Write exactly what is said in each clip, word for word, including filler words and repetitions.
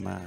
misma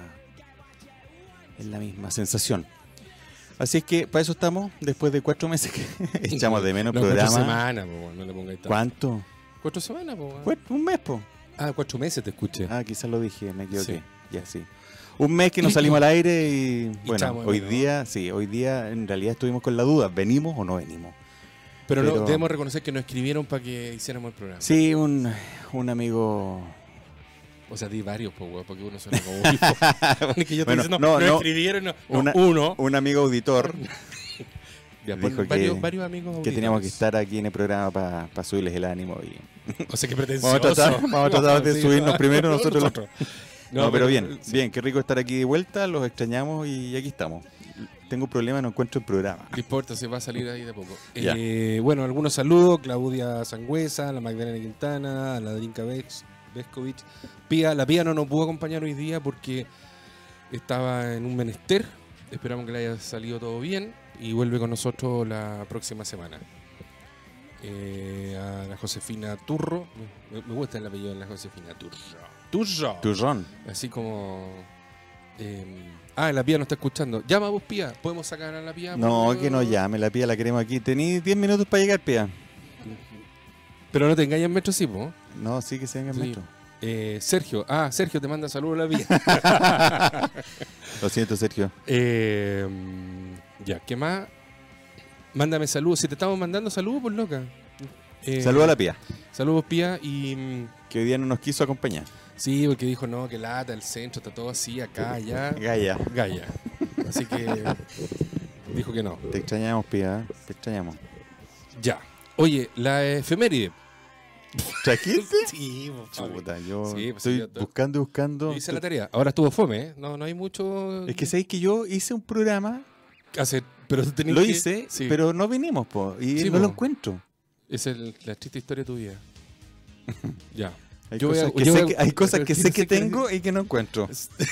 es la misma sensación. Así es que para eso estamos, después de cuatro meses que echamos de menos no, programa. Cuatro semanas, po, no le pongáis tanto. ¿Cuánto? Cuatro semanas, po. Cuatro, un mes, po. Ah, cuatro meses te escuché. Ah, quizás lo dije, me equivoqué. Sí. Ya, sí. Un mes que nos salimos al aire y, bueno, chamo, hoy ¿no? día, sí, hoy día en realidad estuvimos con la duda, ¿venimos o no venimos? Pero, Pero- no, debemos reconocer que nos escribieron para que hiciéramos el programa. Sí, un, un amigo... O sea, di varios, po, weón, porque uno suena como un Es que yo te Bueno, diciendo, no, no, no. escribieron, no, no, Una- uno. Un amigo auditor Ya, dijo pon varios, que- varios amigos que auditores. teníamos que estar aquí en el programa para subirles el ánimo. Y... O sea, que Vamos pretencioso. a tratar, vamos a tratar de Sí, subirnos no, primero no, nosotros. nosotros. No, pero bien, sí. bien, qué rico estar aquí de vuelta, los extrañamos y aquí estamos. Tengo un problema, no encuentro el programa. No importa, se va a salir ahí de poco. Ya. Eh, bueno, algunos saludos. Claudia Sangüesa, a la Magdalena Quintana, a la Drinka Vex, Vescovich. Pía, la Pía no nos pudo acompañar hoy día porque estaba en un menester. Esperamos que le haya salido todo bien y vuelve con nosotros la próxima semana. Eh, a la Josefina Turro. Me, me gusta el apellido de la Josefina Turro. Turro. Turrón. Así como... eh, ah, la Pía no está escuchando. Llama vos, Pía. ¿Podemos sacar a la Pía? No, Por- que no llame, la pía la queremos aquí. Tení diez minutos para llegar, pía. Pero no te engañes, Metro, sí, po. No, sí que se venga el Sí. metro. Eh, Sergio. Ah, Sergio te manda saludos a la Pía. Lo siento, Sergio. Eh, ya, ¿qué más? Mándame saludos. Si te estamos mandando saludos, pues loca. Eh, Saludos a la pía, Saludos, Pía. Y mm, que hoy día no nos quiso acompañar. sí, porque dijo, no, que lata, el centro, está todo así, acá, allá. Gaya, Gaya. Así que dijo que no. te extrañamos, pía, ¿eh? Te extrañamos. Ya. Oye, la efeméride. ¿Trajiste? Sí, Chuta, yo Sí, pues estoy yo to- buscando y buscando. hice la tarea. Ahora estuvo fome, ¿eh? No, no hay mucho. Es que sabéis que yo hice un programa, hacer, pero tú tenías lo que- hice, sí. pero no vinimos, po, y Sí, no po. lo encuentro. Es el- la triste historia de tu vida. Ya. Hay Yo voy a- cosas, que, yo sé voy a- que, hay cosas que sé que sé que- tengo y que no encuentro.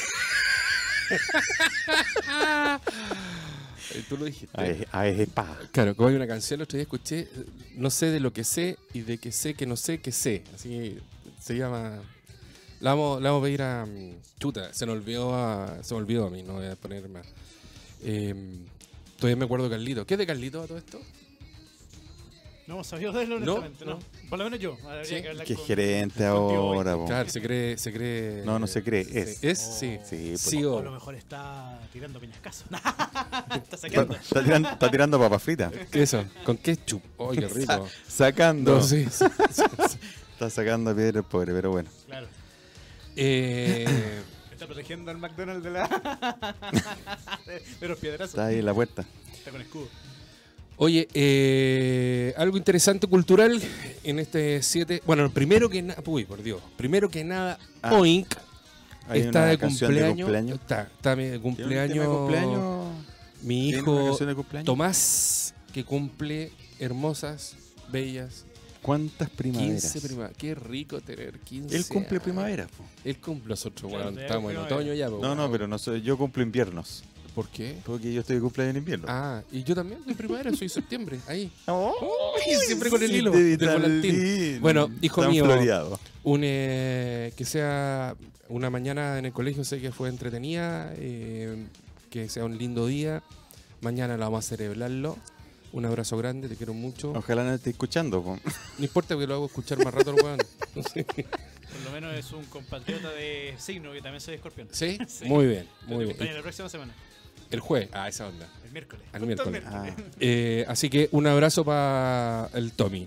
Eh, Tú lo dijiste. Ay, ay, pa. Claro, como hay una canción, el otro día escuché, eh, no sé de lo que sé y de que sé que no sé que sé. Así se llama. La vamos, la vamos a pedir a. mm, Chuta, se me olvidó a, se me olvidó a mí, no voy a poner más. Eh, todavía me acuerdo de Carlito. ¿Qué es de Carlito a todo esto? No hemos sabido de él, No, honestamente. No, no. Por lo menos yo. Habría Sí. que hablar Qué con- gerente contigo hoy. ahora, po. Claro, se cree, se cree. No, no se cree, es. Es, Oh. sí. Sí, pues. Sí, O o. a lo mejor está tirando peñascaso. está Está, sacando. está tirando, está tirando papas fritas. ¿Qué es eso? ¿Con ketchup? ¡Ay, qué rico! Sacando. No, sí, sí, sí, sí. Está sacando piedra el pobre, pero bueno. Claro. Eh, Está protegiendo al McDonald's de la. de, de los piedrazos. Está ahí en la puerta. Está con escudo. Oye, eh, algo interesante cultural en este siete. Bueno, primero que nada. Uy, por Dios. Primero que nada, Ah, Oink Hay está una de canción de cumpleaños. cumpleaños. Está, está de ¿Tiene un cumpleaños. tema de cumpleaños? Mi ¿Tiene una hijo canción de cumpleaños? Tomás, que cumple hermosas, bellas. ¿Cuántas primaveras? quince primaveras. Qué rico tener quince. Él cumple años. primavera, po. Él cumple nosotros, Claro, bueno, de estamos en primavera. otoño ya. po, No, no, weón. pero no soy, yo cumplo inviernos. ¿Por qué? Porque yo estoy de cumpleaños en invierno. Ah, y yo también de primavera, soy septiembre, ahí. Oh, Uy, siempre con el sí, hilo te- del tan volantín. lindo, Bueno, hijo tan mío, floreado. Un, eh, que sea una mañana en el colegio, sé que fue entretenida, eh, que sea un lindo día. Mañana la vamos a celebrarlo. Un abrazo grande, te quiero mucho. Ojalá no esté escuchando, po. No importa que lo hago escuchar más rato, el weón. Por lo menos es un compatriota de signo que también soy escorpión. ¿Sí? Sí. Muy bien, muy Muy bien. La próxima semana. El jueves, ah, esa onda. El miércoles. Al Justo el miércoles. Ah, Eh, así que un abrazo para el Tommy.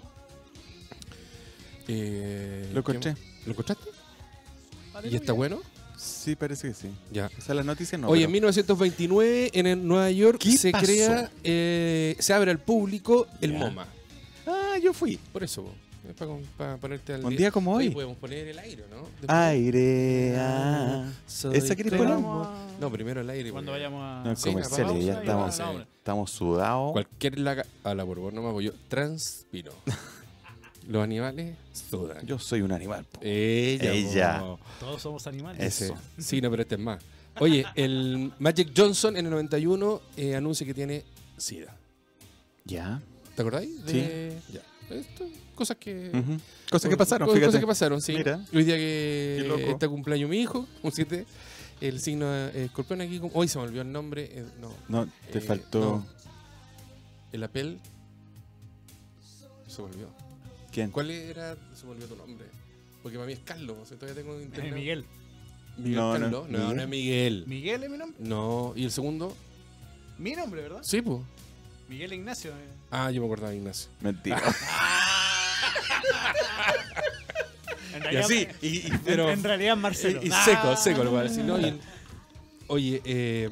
Eh, lo encontré. ¿qué- ¿Lo encontraste? Aleluya. ¿Y está bueno? Sí, parece que sí. Ya. O sea, las noticias no. Oye, pero- en mil novecientos veintinueve en el Nueva York ¿Qué se pasó? crea, eh, se abre al público el Ya. MoMA. Ah, yo fui. Por eso, para ponerte al Un día como Oye, hoy. podemos poner el aire, ¿no? Después- Aire. ah. Soy ¿Esa querés como- poner? No, primero el aire. Cuando porque vayamos a. No, Sí, comerciales, apagamos, ya ahí estamos, va, hombre. estamos sudados. Cualquier laga... A la por no me hago yo. Transpiro. Los animales sudan. Yo soy un animal, po. Ella. Ella. po. Todos somos animales. Eso. Ese. Sí, no, pero este es más. Oye, el Magic Johnson en el noventa y uno eh, anuncia que tiene SIDA. ¿Ya? ¿Te acordáis? De... Ya. Esto, cosas que... Ujú. Cosas que pasaron, Cosas fíjate. que pasaron, sí. Mira. Hoy día que Qué loco. está cumpleaños mi hijo, un siete, el signo de escorpión aquí. Hoy se me olvidó el nombre. eh, no, No, te eh, faltó. no. El apel. Se me olvidó. ¿Quién? ¿Cuál era? Se me olvidó tu nombre. Porque para mí es Carlos. O sea, todavía tengo Eh, internet. Miguel. Miguel No, no, Carlos. No, no, Miguel. es Miguel. Miguel es mi nombre. No. ¿Y el segundo? Mi nombre, ¿verdad? Sí, pues. Miguel Ignacio. eh. Ah, yo me acordaba de Ignacio. Mentira. En Y realidad, así. Y, y- en- pero, en, realidad Marcelo. y, y Ah. seco, seco lo voy a decir. ¿no? Y- oye, eh,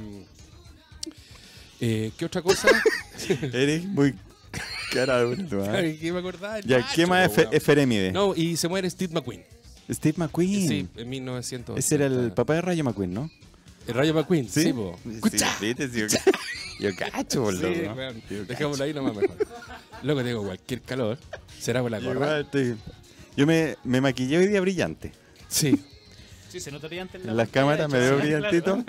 eh, ¿qué otra cosa? Eres muy cara de bruto, ¿ah? Ay, ¿Qué me acordaba? Ya, ¿qué más es Fe- Eferemide? No, y se muere Steve McQueen. Steve McQueen. Sí, en mil novecientos. Ese era el papá de Rayo McQueen, ¿no? El Rayo McQueen, sí, po. Sí, Escucha. viste, sí, yo, yo cacho, por Sí, loco, ¿no? weón. Yo Dejémoslo ahí nomás mejor. Luego tengo cualquier calor. ¿Será por la Yo, gorra? igual estoy- yo me, me maquillé hoy día brillante. Sí. Sí, se nota brillante en la En las pantalla, cámaras de me hecho, veo sí, brillantito.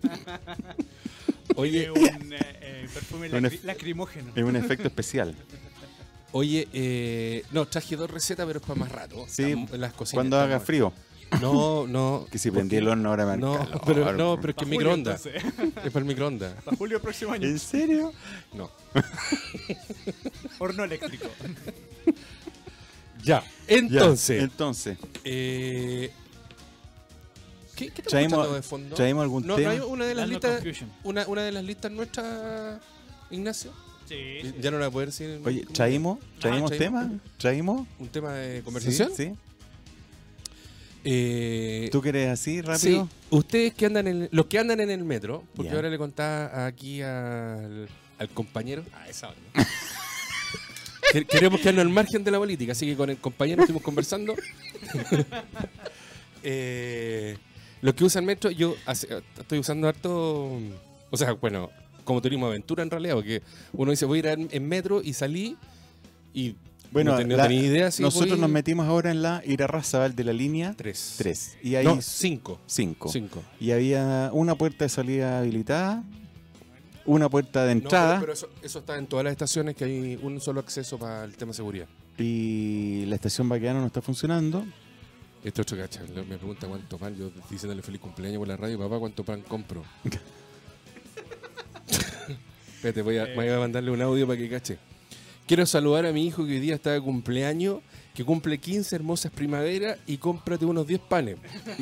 Oye, Tiene un eh, eh, perfume Un lacri- ef- lacrimógeno. Es un efecto especial. oye, eh, no, traje dos recetas, pero es para más rato. Sí, Estamos- las cocinas Cuando haga estamos- frío. No, no. Que si porque- prendí el horno ahora me da No, calor. pero, no, pero es que Pa' es julio, microondas. entonces. Es para el microondas. Para julio del próximo año. ¿En serio? No. Horno eléctrico. Ya. Ya, Entonces, entonces, eh, ¿qué, qué estamos Traímos- escuchando de fondo? ¿traímos algún no, tema? no hay una de las Dando listas, confusion. una, una de las listas nuestras, Ignacio. Sí, sí. Ya no la voy a poder decir. en- Oye, ¿traímos? ¿Traímos Ah, tema? ¿Traímos? Un tema de conversación. Sí, sí. Eh, ¿Tú quieres así, rápido? Sí, ustedes que andan en los que andan en el metro, porque Ya. ahora le contaba aquí al, al compañero. Ah, esa onda. Que- Queremos quedarnos al margen de la política, así que con el compañero estuvimos conversando. Eh, los que usan metro, yo hace- estoy usando harto. O sea, bueno, como turismo aventura en realidad, porque uno dice voy a ir en, en metro y salí y Bueno, no, ten- no la- tenía idea si nosotros voy- nos metimos ahora en la Irarrázaval de la línea tres. tres. Y hay No, cinco. cinco. Cinco. Y había una puerta de salida habilitada, una puerta de No, entrada pero, pero eso, eso está en todas las estaciones, que hay un solo acceso para el tema de seguridad. y la estación Baqueano no está funcionando. Este otro cacha, le- me pregunta cuánto pan, yo diciéndole feliz cumpleaños por la radio, papá, ¿cuánto pan compro? Espérate, voy a, voy a mandarle un audio para que cache. Quiero saludar a mi hijo que hoy día está de cumpleaños, que cumple quince hermosas primaveras y cómprate unos diez panes.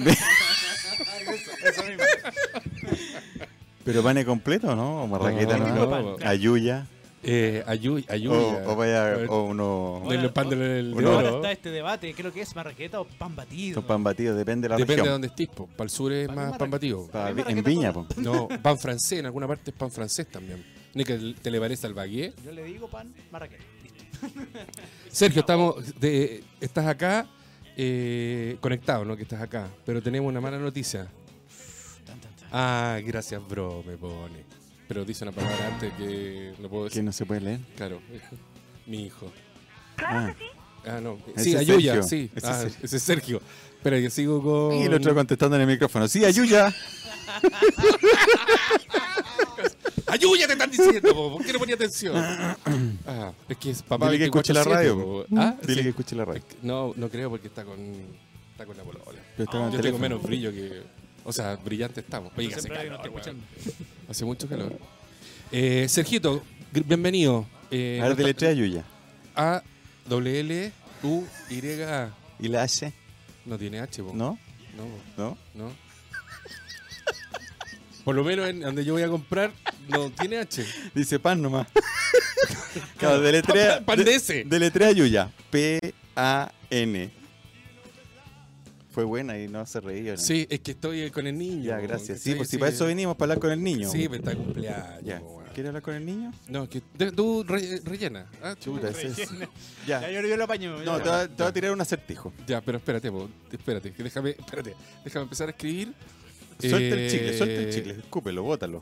Eso mismo. ¿Pero pane completo, no? ¿O marraqueta, No, no? no. Ayuya. Eh, ayu, ayuya. O, o vaya, o uno... No, el pan del- Uno- de Ahora oro. está este debate, creo que es marraqueta o pan batido. Son pan batidos, depende de la Depende de región. dónde estés, po. Para el sur es Para más mí pan marraqueta. batido. Pa- A mí en marraqueta Viña, con- po. No, pan francés, en alguna parte es pan francés también. Ni que te le parece al baguette. Yo le digo pan marraqueta. Listo. Sergio, estamos de, estás acá eh, conectado, ¿no? Que estás acá. Pero tenemos una mala noticia. Tan, tan, tan. Ah, gracias, bro, me pone. Pero dice una palabra antes que no puedo Que decir. no se puede leer. Claro, mi hijo. Ah. Ah, no. Ese Sí, es Ayuya, Sergio. sí. Ese Ah, es Sergio. ese es Sergio. Espera, yo sigo con. Y el otro contestando en el micrófono. Sí, Ayuya. ¡Ayuya te están diciendo! po, ¿Por qué no ponía atención? Ah, es que es papá Dile que escuche la radio. veinticuatro siete, po. po. Ah, Dile sí. que escuche la radio. No, no creo porque está con está con la polola. Pero está con el Yo tengo teléfono. menos brillo que. O sea, brillante estamos. Oye, que hace Siempre hay uno calor, está weón. escuchando. Hace mucho calor. Eh, Sergito, gr- bienvenido. Eh, A ver, deletrea Ayuya. A W L U Y A. ¿Y la H? No tiene H, po. ¿No? No, ¿No? no. Por lo menos en donde yo voy a comprar no tiene H. Dice pan nomás. Claro, deletrea. Pan de ese. Deletrea Ayuya. P A N. Fue buena y no se reía. ¿no? Sí, es que estoy con el niño. Ya, po, gracias. Sí, ¿cachai? pues si para eso venimos, para hablar con el niño. Sí, pero está de cumpleaños. Ya. po, weón. ¿Quieres hablar con el niño? No, es que de- tú re- rellena. Ah, Chuta, ese es. Rellena. Ya. Ya, yo, yo lo apaño. No, ya. te va, te va a tirar un acertijo. Ya, pero espérate, po, espérate, que déjame, espérate, déjame empezar a escribir. Suelta el Eh, chicle, suelta el chicle. Escúpelo, bótalo.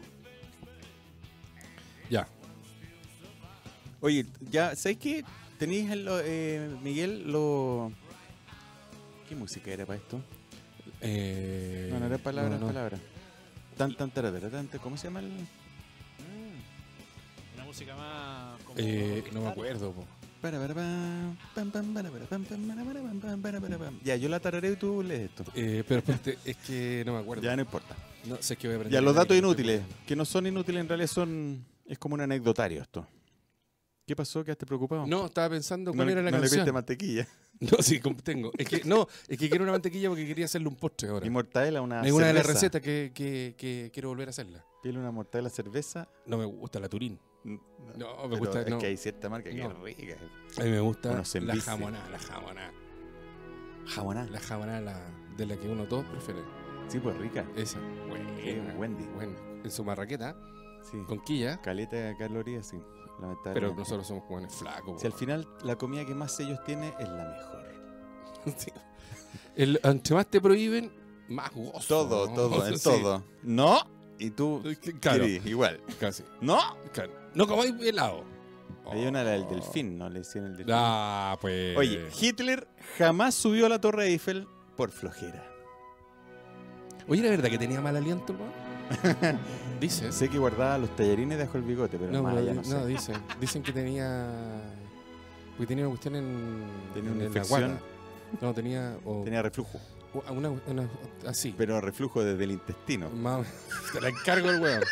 Ya. Oye, ya, ¿sabes qué? Tenéis, en lo- eh, Miguel, lo... ¿Qué música era para esto? Eh, No, no era palabra, no, no. palabra. Tan, tan, taratara, tan, tan, ¿cómo se llama el...? Mm. Una música más como. Eh, no me orquestal. acuerdo, po. para, para, pam, pam, pam, para, para, pam, pam, para, para, pam, pam, para, para, pam. Ya, yo la tarareo y tú lees esto. Eh, pero espérate, es que no me acuerdo. Ya no importa. No sé qué voy a aprender. Ya, los en la datos que- inútiles, que no son inútiles, en realidad son... Es como un anecdotario esto. ¿Qué pasó? ¿Quedaste preocupado? No, estaba pensando no, cuál le- era la no le canción. viste mantequilla. No, sí, como tengo. Es que, no, es que quiero una mantequilla porque quería hacerle un postre ahora. Y mortadela, una Es una de las cerveza. recetas que, que, que quiero volver a hacerla. Pídele una mortadela cerveza. No me gusta la Turín. No, No, me pero gusta. es No. que hay cierta marca que No. es rica. A mí me gusta Uno se la envicia. jamonada, la jamonada. Jamoná. La jamonada la, de la que uno todos prefiere. Sí, pues rica. Esa. Sí, Buena. Wendy. Bueno, en su marraqueta, Sí. con quilla, Caleta de calorías, sí. Lamentablemente. pero nosotros somos jóvenes flacos. Si al final la comida que más ellos tienen es la mejor. Sí. El, entre más te prohíben, más gozo. Todo, ¿no? todo, en Sí. todo. No, y tú Claro, querís, igual. casi. No. Claro. No comáis helado. Hay una la del Oh. delfín, ¿no? Le decían el delfín. Ah, pues. Oye, Hitler jamás subió a la Torre Eiffel por flojera. Oye, ¿era verdad que tenía mal aliento, hermano? Dices. Sé que guardaba los tallarines debajo del bigote, pero No, más pero allá di- no sé. no, dicen. Dicen que tenía. Porque tenía una cuestión en. Tenía en una la infección. guata. No, tenía. O, Tenía reflujo, o una, una- así. pero reflujo desde el intestino. Más- te la encargo el weón.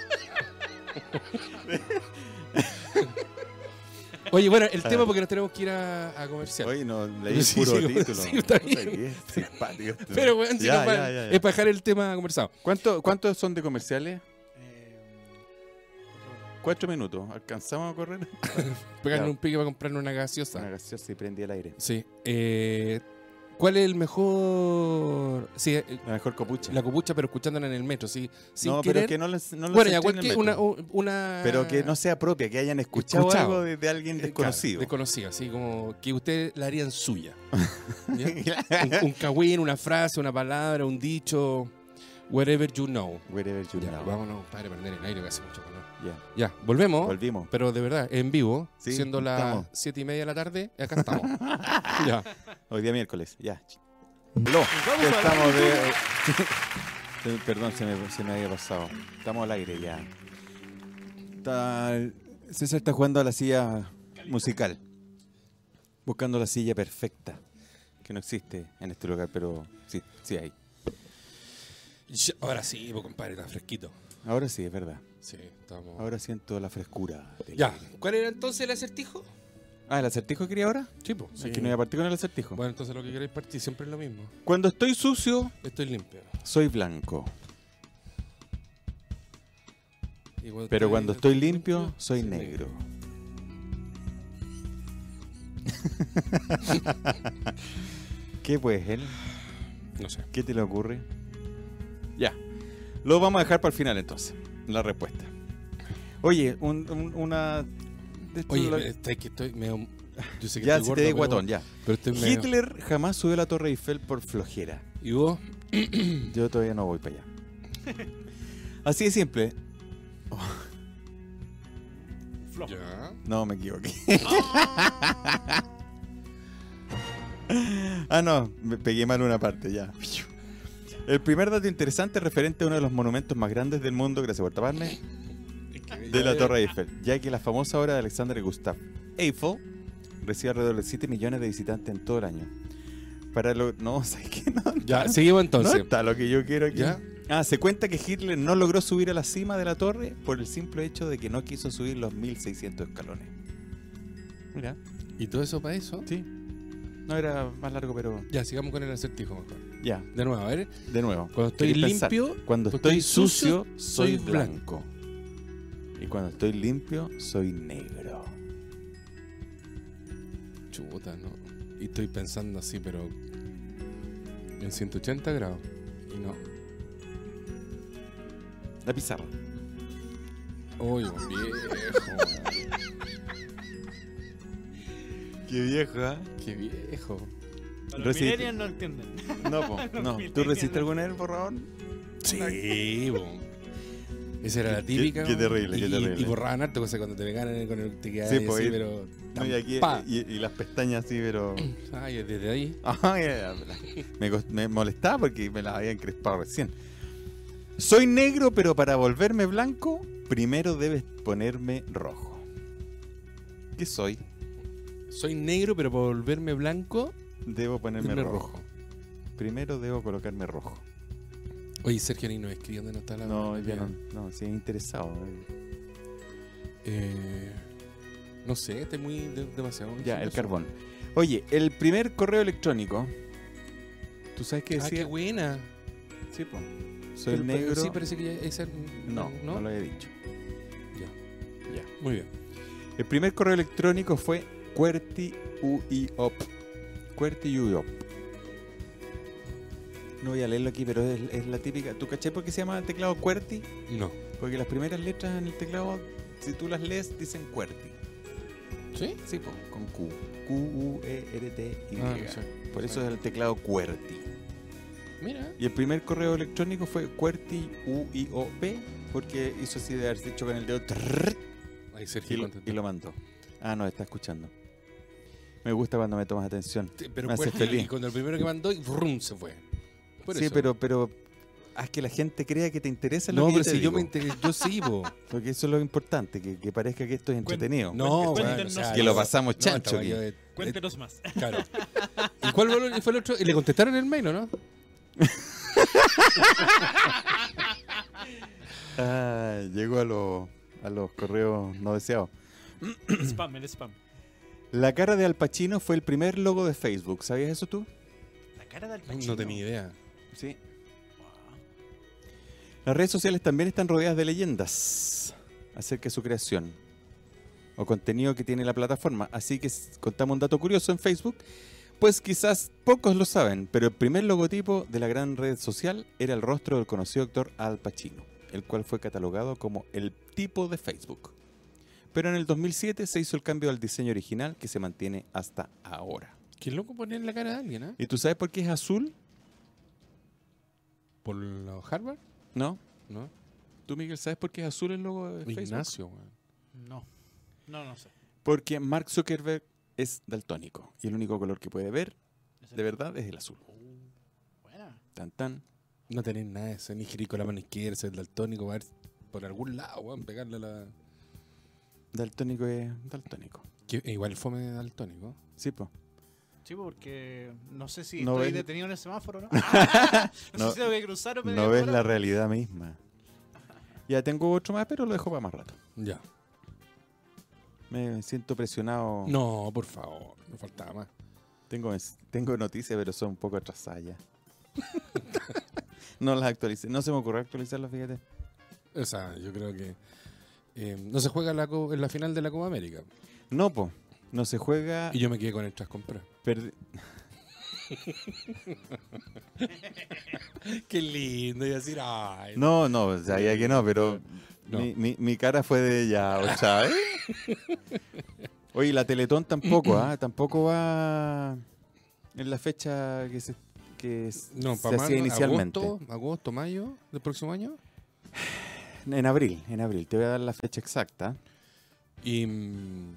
Oye, bueno, el tema porque nos tenemos que ir a, a comercial. Oye, no, leí el Sí, puro sí, título. sí, está Puta, bien. qué simpático este. Pero, weón, si Ya, no, pa- ya, ya, ya. es para dejar el tema conversado. ¿Cuánto, ¿Cuántos son de comerciales? Eh, Cuatro minutos. ¿Alcanzamos a correr? Pegarle Ya. un pique para comprarnos una gaseosa. Una gaseosa y prendí el aire. Sí. Eh, ¿Cuál es el mejor? Sí, eh, La mejor copucha. la copucha, pero escuchándola en el metro, sí. Sin no, querer. pero que no, les, no lo Bueno, ya, sentí en el cualquier, una, metro. una. Pero que no sea propia, que hayan escuchado, Escuchado. algo de, de alguien eh, desconocido. claro, desconocido, así como que usted la harían suya. ¿Ya? un, un cagüín, una frase, una palabra, un dicho. Whatever you know. Wherever you Ya, know. vámonos, padre, prender el aire que hace mucho calor. Ya, Ya, volvemos. volvimos. Pero de verdad, en vivo, Sí, siendo las estamos. siete y media de la tarde, acá estamos. Ya. Hoy día miércoles, ya. Aló, vamos al estamos de... Eh, Perdón, se me, se me había pasado. Estamos al aire ya. Está- César está jugando a la silla musical. Buscando la silla perfecta. Que no existe en este lugar, pero sí, sí hay. Ya, ahora sí, pues, compadre, está fresquito. Ahora sí, es verdad. Sí, estamos. Ahora siento la frescura. del Ya, aire. ¿cuál era entonces el acertijo? Ah, ¿el acertijo quería ahora? Sí, pues. Es que no iba a partir con el acertijo. Bueno, entonces lo que queréis partir siempre es lo mismo. Cuando estoy sucio, Estoy limpio. soy blanco. Y cuando Pero cuando estoy limpio, soy negro. ¿Qué pues, él? No sé. ¿Qué te le ocurre? Ya. Lo vamos a dejar para el final entonces. La respuesta. Oye, un- un- una. de esto Oye, lo- está que estoy medio. Yo sé que ya estoy si gordo, te di pero- guatón, ya. Pero estoy medio. Hitler jamás subió a la Torre Eiffel por flojera. ¿Y vos? Yo todavía no voy para allá. Así de simple. flojo. Ya. No, me equivoqué. Ah, no, me pegué mal una parte ya. El primer dato interesante referente a uno de los monumentos más grandes del mundo, gracias por taparme, de la Torre Eiffel, ya que la famosa obra de Alexander Gustave Eiffel recibe alrededor de siete millones de visitantes en todo el año. Para lo... No, ¿sabes qué? No, Ya, seguimos no entonces. está lo que yo quiero aquí. ¿Ya? Ah, se cuenta que Hitler no logró subir a la cima de la torre por el simple hecho de que no quiso subir los mil seiscientos escalones. Mira, ¿Y todo eso para eso? sí. No era más largo, pero Ya, sigamos con el acertijo mejor. ya, De nuevo, a ver. de nuevo. Cuando estoy ¿Queréis pensar? limpio, Cuando cuando estoy estoy sucio, sucio, soy soy blanco. Y cuando estoy limpio, soy negro. chuta, ¿no? Y estoy pensando así, pero en ciento ochenta grados. Y no. La pizarra. Uy, viejo. Qué viejo, ¿eh? Qué viejo. A los Reci- millennials no entienden. No, po, no. ¿Tú recibiste alguna vez el borrador? Sí, bo. Esa era la típica. qué bo. terrible, y, qué terrible. Y borraban harto, cosa cuando te pegaban con el te quedabas Sí, así, po, y- pero. No, y aquí, pa. y, y las pestañas así, pero... Ay, desde ahí. Ay, ya, ya, me, cost- me molestaba porque me las había encrespado recién. Soy negro, pero para volverme blanco, primero debes ponerme rojo. ¿Qué soy? Soy negro, pero para volverme blanco, Debo ponerme ponerme rojo. rojo. Primero debo colocarme rojo. Oye, Sergio ni nos escribe dónde no está la No, la- ya no, no, sí, interesado. Eh, no sé, está muy de- demasiado. Ya, el ingenioso. carbón. Oye, el primer correo electrónico. ¿Tú sabes qué Ah, decía? qué buena. Sí, po. Soy Pero- pero negro. Sí, parece que ya esa. No, no, lo he dicho. Ya, Ya. muy bien. El primer correo electrónico fue QWERTY U I O P. QWERTY U I O P. No voy a leerlo aquí, pero es, es la típica. ¿Tú caché por qué se llama teclado QWERTY? No. Porque las primeras letras en el teclado, si tú las lees, dicen QWERTY. ¿Sí? Sí, po, con Q. Q U E R T Y. Ah, no sé. Por eso es el teclado QWERTY. Mira. Y el primer correo electrónico fue QWERTY U I O P, porque hizo así de haber dicho con el dedo trrr, Ahí y, Sergio lo, contestó. y lo mandó. Ah, no, está escuchando. Me gusta cuando me tomas atención. Sí, pero me hace fuerte, feliz. y cuando el primero que mandó, y brum, se fue. Por Sí, eso. pero, pero haz que la gente crea que te interesa lo No, que pero yo te si yo digo. me inter- yo sí, po. Porque eso es lo importante, que, que parezca que esto es entretenido. No, Cuéntenos- bueno, o sea, que lo yo- pasamos no, chancho. estaba aquí. yo de- Cuéntenos más. eh, Claro. ¿Y cuál fue el- fue el otro? ¿Y le contestaron el mail o no? Ah, llegó a, los a los correos no deseados. Spam, el spam. La cara de Al Pacino fue el primer logo de Facebook. ¿Sabías eso tú? La cara del No, Pacino. no tenía idea. Sí. Las redes sociales también están rodeadas de leyendas acerca de su creación o contenido que tiene la plataforma. Así que s- contamos un dato curioso en Facebook. Pues quizás pocos lo saben, pero el primer logotipo de la gran red social era el rostro del conocido actor Al Pacino, el cual fue catalogado como el tipo de Facebook. Pero en el dos mil siete se hizo el cambio al diseño original que se mantiene hasta ahora. Qué loco poner la cara de alguien, ¿eh? ¿Y tú sabes por qué es azul? ¿Por los Harvard? ¿No? ¿No? ¿Tú, Miguel, sabes por qué es azul el logo de Facebook? Ignacio, weón. No. No, no sé. Porque Mark Zuckerberg es daltónico y el único color que puede ver Ese- de verdad es el azul. Uh, buena. Tan tan. No tenés nada de eso, ni girar con la mano izquierda, ser daltónico, va a ver por algún lado, weón, pegarle a la. Daltónico es daltónico. Que, igual fome de daltónico. Sí, po. Sí, porque no sé si No estoy ves- detenido en el semáforo, ¿no? no, No- sé si tengo que cruzar o me No tengo que ves la parar. realidad misma. Ya tengo otro más, pero lo dejo para más rato. Ya. Me siento presionado. No, por favor, me faltaba más. Tengo, tengo noticias, pero son un poco atrasadas ya. No las actualicé. No se me ocurrió actualizarlas, fíjate. O sea, yo creo que eh, no se juega la co- en la final de la Copa América. No, po. No se juega. Y yo me quedé con el tras compras. perdi- Qué lindo y decir, ay. No, no, sabía que no, pero No. Mi, mi, mi cara fue de ya, o ¿sabes? Oye, la Teletón tampoco, ¿ah? Tampoco va en la fecha que se, que s- No, se para hacía inicialmente. Agosto, agosto, mayo del próximo año. En abril, en abril. Te voy a dar la fecha exacta. Y, mm,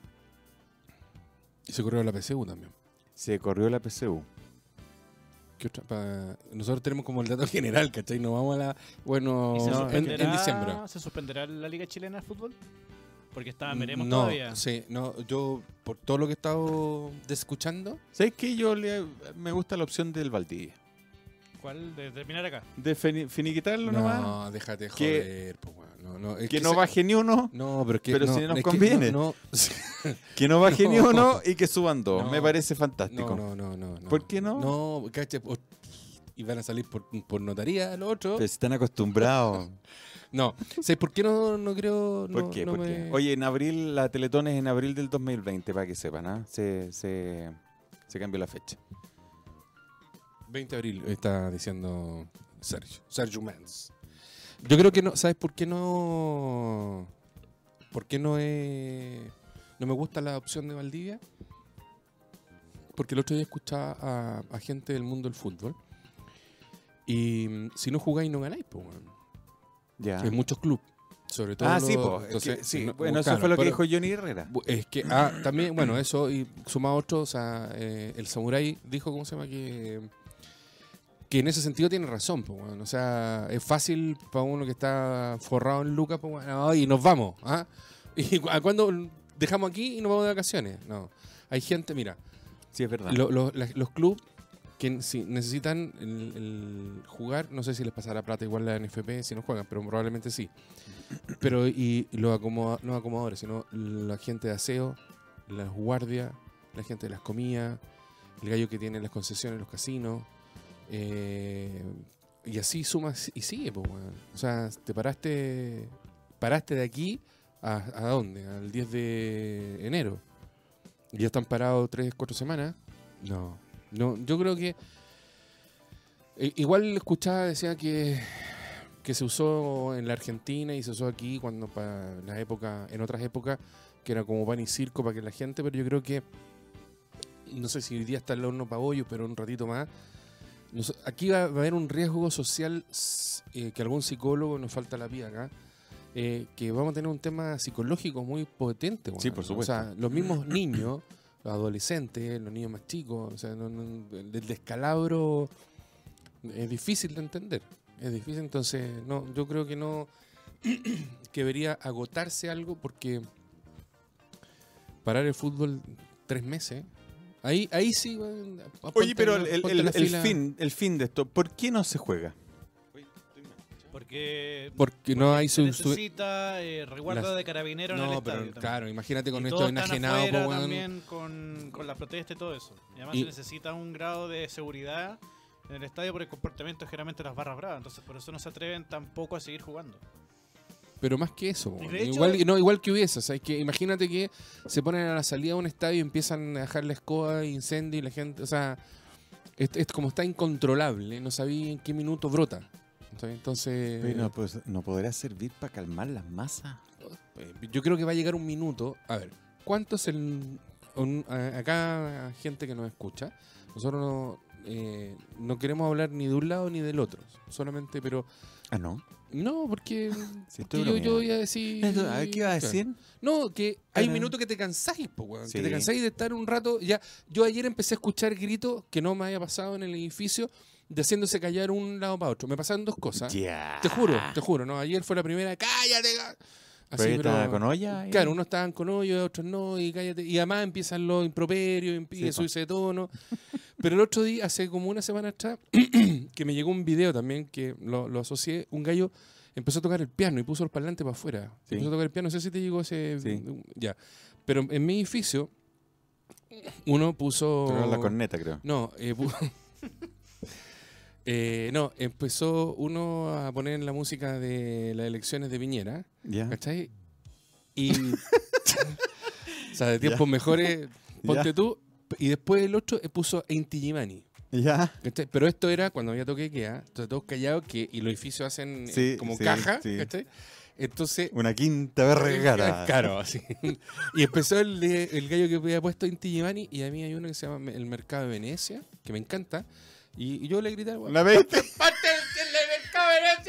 y se corrió la P C U también. Se corrió la P C U. ¿Qué otra? Pa- Nosotros tenemos como el dato general, ¿cachai? Nos vamos a la. Bueno, ¿Y se, No, en, suspenderá, en diciembre. ¿Se suspenderá la Liga Chilena de Fútbol? Porque está, veremos no, todavía. sí, no, yo por todo lo que he estado escuchando, ¿Sabes qué? Yo le, me gusta la opción del Valdivia. ¿Cuál? De terminar acá. De fini- finiquitarlo nomás. no, déjate de Que- joder, po, weón. no, no, es Que no se- baje ni uno. No, pero es que pero no, si nos es que conviene. no, Que no baje ni No. uno y que suban dos. No. Me parece no, fantástico. no, no, no, no. ¿Por qué no? No, caché, o- y van a salir por, por notaría los otros. Pero si están acostumbrados. No, ¿sabes por qué no, no creo? ¿Por no- qué? no ¿Por me- qué? Oye, en abril, la Teletón es en abril del dos mil veinte, para que sepan, ¿ah? Se, se, se cambió la fecha. veinte de abril, está diciendo Sergio, Sergio Mans. Yo creo que no, ¿sabes por qué no? ¿Por qué no es, no me gusta la opción de Valdivia? Porque el otro día escuchaba a, a gente del mundo del fútbol y mm, si no jugáis no ganáis, pues, weón. Ya. En muchos clubes, sobre todo. Ah, los- sí, po. Es entonces, que- sí. no- Bueno, eso claro, fue lo que pero- dijo Johnny Herrera. Bu- Es que, ah, también, bueno, eso y sumado a otro, o sea, eh, el samurái dijo, ¿cómo se llama? Que, que en ese sentido tiene razón, pues, bueno, o sea, es fácil para uno que está forrado en lucas, pues, bueno, y nos vamos, ¿ah? ¿Y cu- a cuándo dejamos aquí y nos vamos de vacaciones? No. Hay gente, mira, Sí, es verdad. lo- lo- la- los clubes que si necesitan el, el jugar, no sé si les pasará plata igual la N F P si no juegan, pero probablemente sí. Pero y, y los, acomoda, no acomodadores, sino la gente de aseo, las guardias, la gente de las comidas, el gallo que tiene las concesiones, los casinos. eh, y así sumas y sigue, pues, weón. O sea, te paraste, paraste de aquí a, a dónde, al diez de enero. Y ya están parados tres, cuatro semanas. No, no, yo creo que eh, igual escuchaba, decía que, que se usó en la Argentina y se usó aquí cuando para la época, en otras épocas, que era como pan y circo para que la gente, pero yo creo que no sé si hoy día está el horno para bollo, pero un ratito más. Nos- aquí va, va a haber un riesgo social s- eh, que algún psicólogo, nos falta la pía acá, eh, que vamos a tener un tema psicológico muy potente. Sí, weón. por supuesto. O sea, los mismos niños, los adolescentes, los niños más chicos, o sea, no- no- el el descalabro es difícil de entender. Es difícil, entonces, no, yo creo que no, que debería agotarse algo porque parar el fútbol tres meses, ahí, ahí sí, weón, Oye, ponte pero en la- el, el- ponte en la el fila. fin, el fin de esto, ¿por qué no se juega? Porque, Porque no hay se su- su- necesita eh, resguardo Las- de carabineros en el No, estadio. pero también. claro, imagínate con Y esto todos están enajenado, afuera po, weón. también con, con las protestas y todo eso. Y además Y- se necesita un grado de seguridad en el estadio por el comportamiento generalmente de las barras bravas. Entonces por eso no se atreven tampoco a seguir jugando. Pero más que eso, Y weón. de hecho- igual, no, igual que hubiese, o sea, es que imagínate que se ponen a la salida de un estadio y empiezan a dejar la escoba, incendio y la gente, o sea, es, es como está incontrolable, no sabía en qué minuto brota. ¿Sabes? Entonces, Pero pues, ¿no podrá servir para calmar las masas? eh, yo creo que va a llegar un minuto. A ver, ¿cuánto es el. un- a- acá, gente que nos escucha, nosotros no, eh, no queremos hablar ni de un lado ni del otro, solamente, pero. Ah, no. No, porque, Sí, porque estoy yo, yo bromeando. voy a decir. Eso, a ver, ¿qué iba a decir? No, que hay un Pero- minuto que te cansáis, po, weón. Que Sí. te cansáis de estar un rato. Ya, yo ayer empecé a escuchar gritos que no me había pasado en el edificio de haciéndose callar un lado para otro. Me pasaron dos cosas. Ya. Te juro, te juro, ¿no? Ayer fue la primera, cállate. ca-". Pero ahí estaba con olla. ahí. Claro, unos estaban con hoyo, otros no, y cállate. Y además empiezan los improperios, Sí, empieza a po. subirse de tono. Pero el otro día, hace como una semana atrás, que me llegó un video también que lo, lo asocié, un gallo empezó a tocar el piano y puso el parlante para afuera. Sí. Empezó a tocar el piano, no sé si te llegó ese... Sí. Ya. Pero en mi edificio, uno puso... Tocaba la corneta, creo. No, eh, pu- eh, no, empezó uno a poner la música de las elecciones de Piñera, Ya. ¿cachai? Y... o sea, de tiempos mejores, ponte Ya. tú. Y después el otro eh, puso Inti Illimani, Ya. ¿cachai? Pero esto era cuando había toque de queda, entonces todos callados, que, y los edificios hacen eh, Sí, como sí, caja, sí. ¿cachai? Entonces... Una quinta vergara. Claro, así. Y empezó el, el gallo que había puesto Inti Illimani, y a mí hay uno que se llama El Mercado de Venecia, que me encanta, y, y yo le grité al weón, ¿La viste? ¡parte del mercado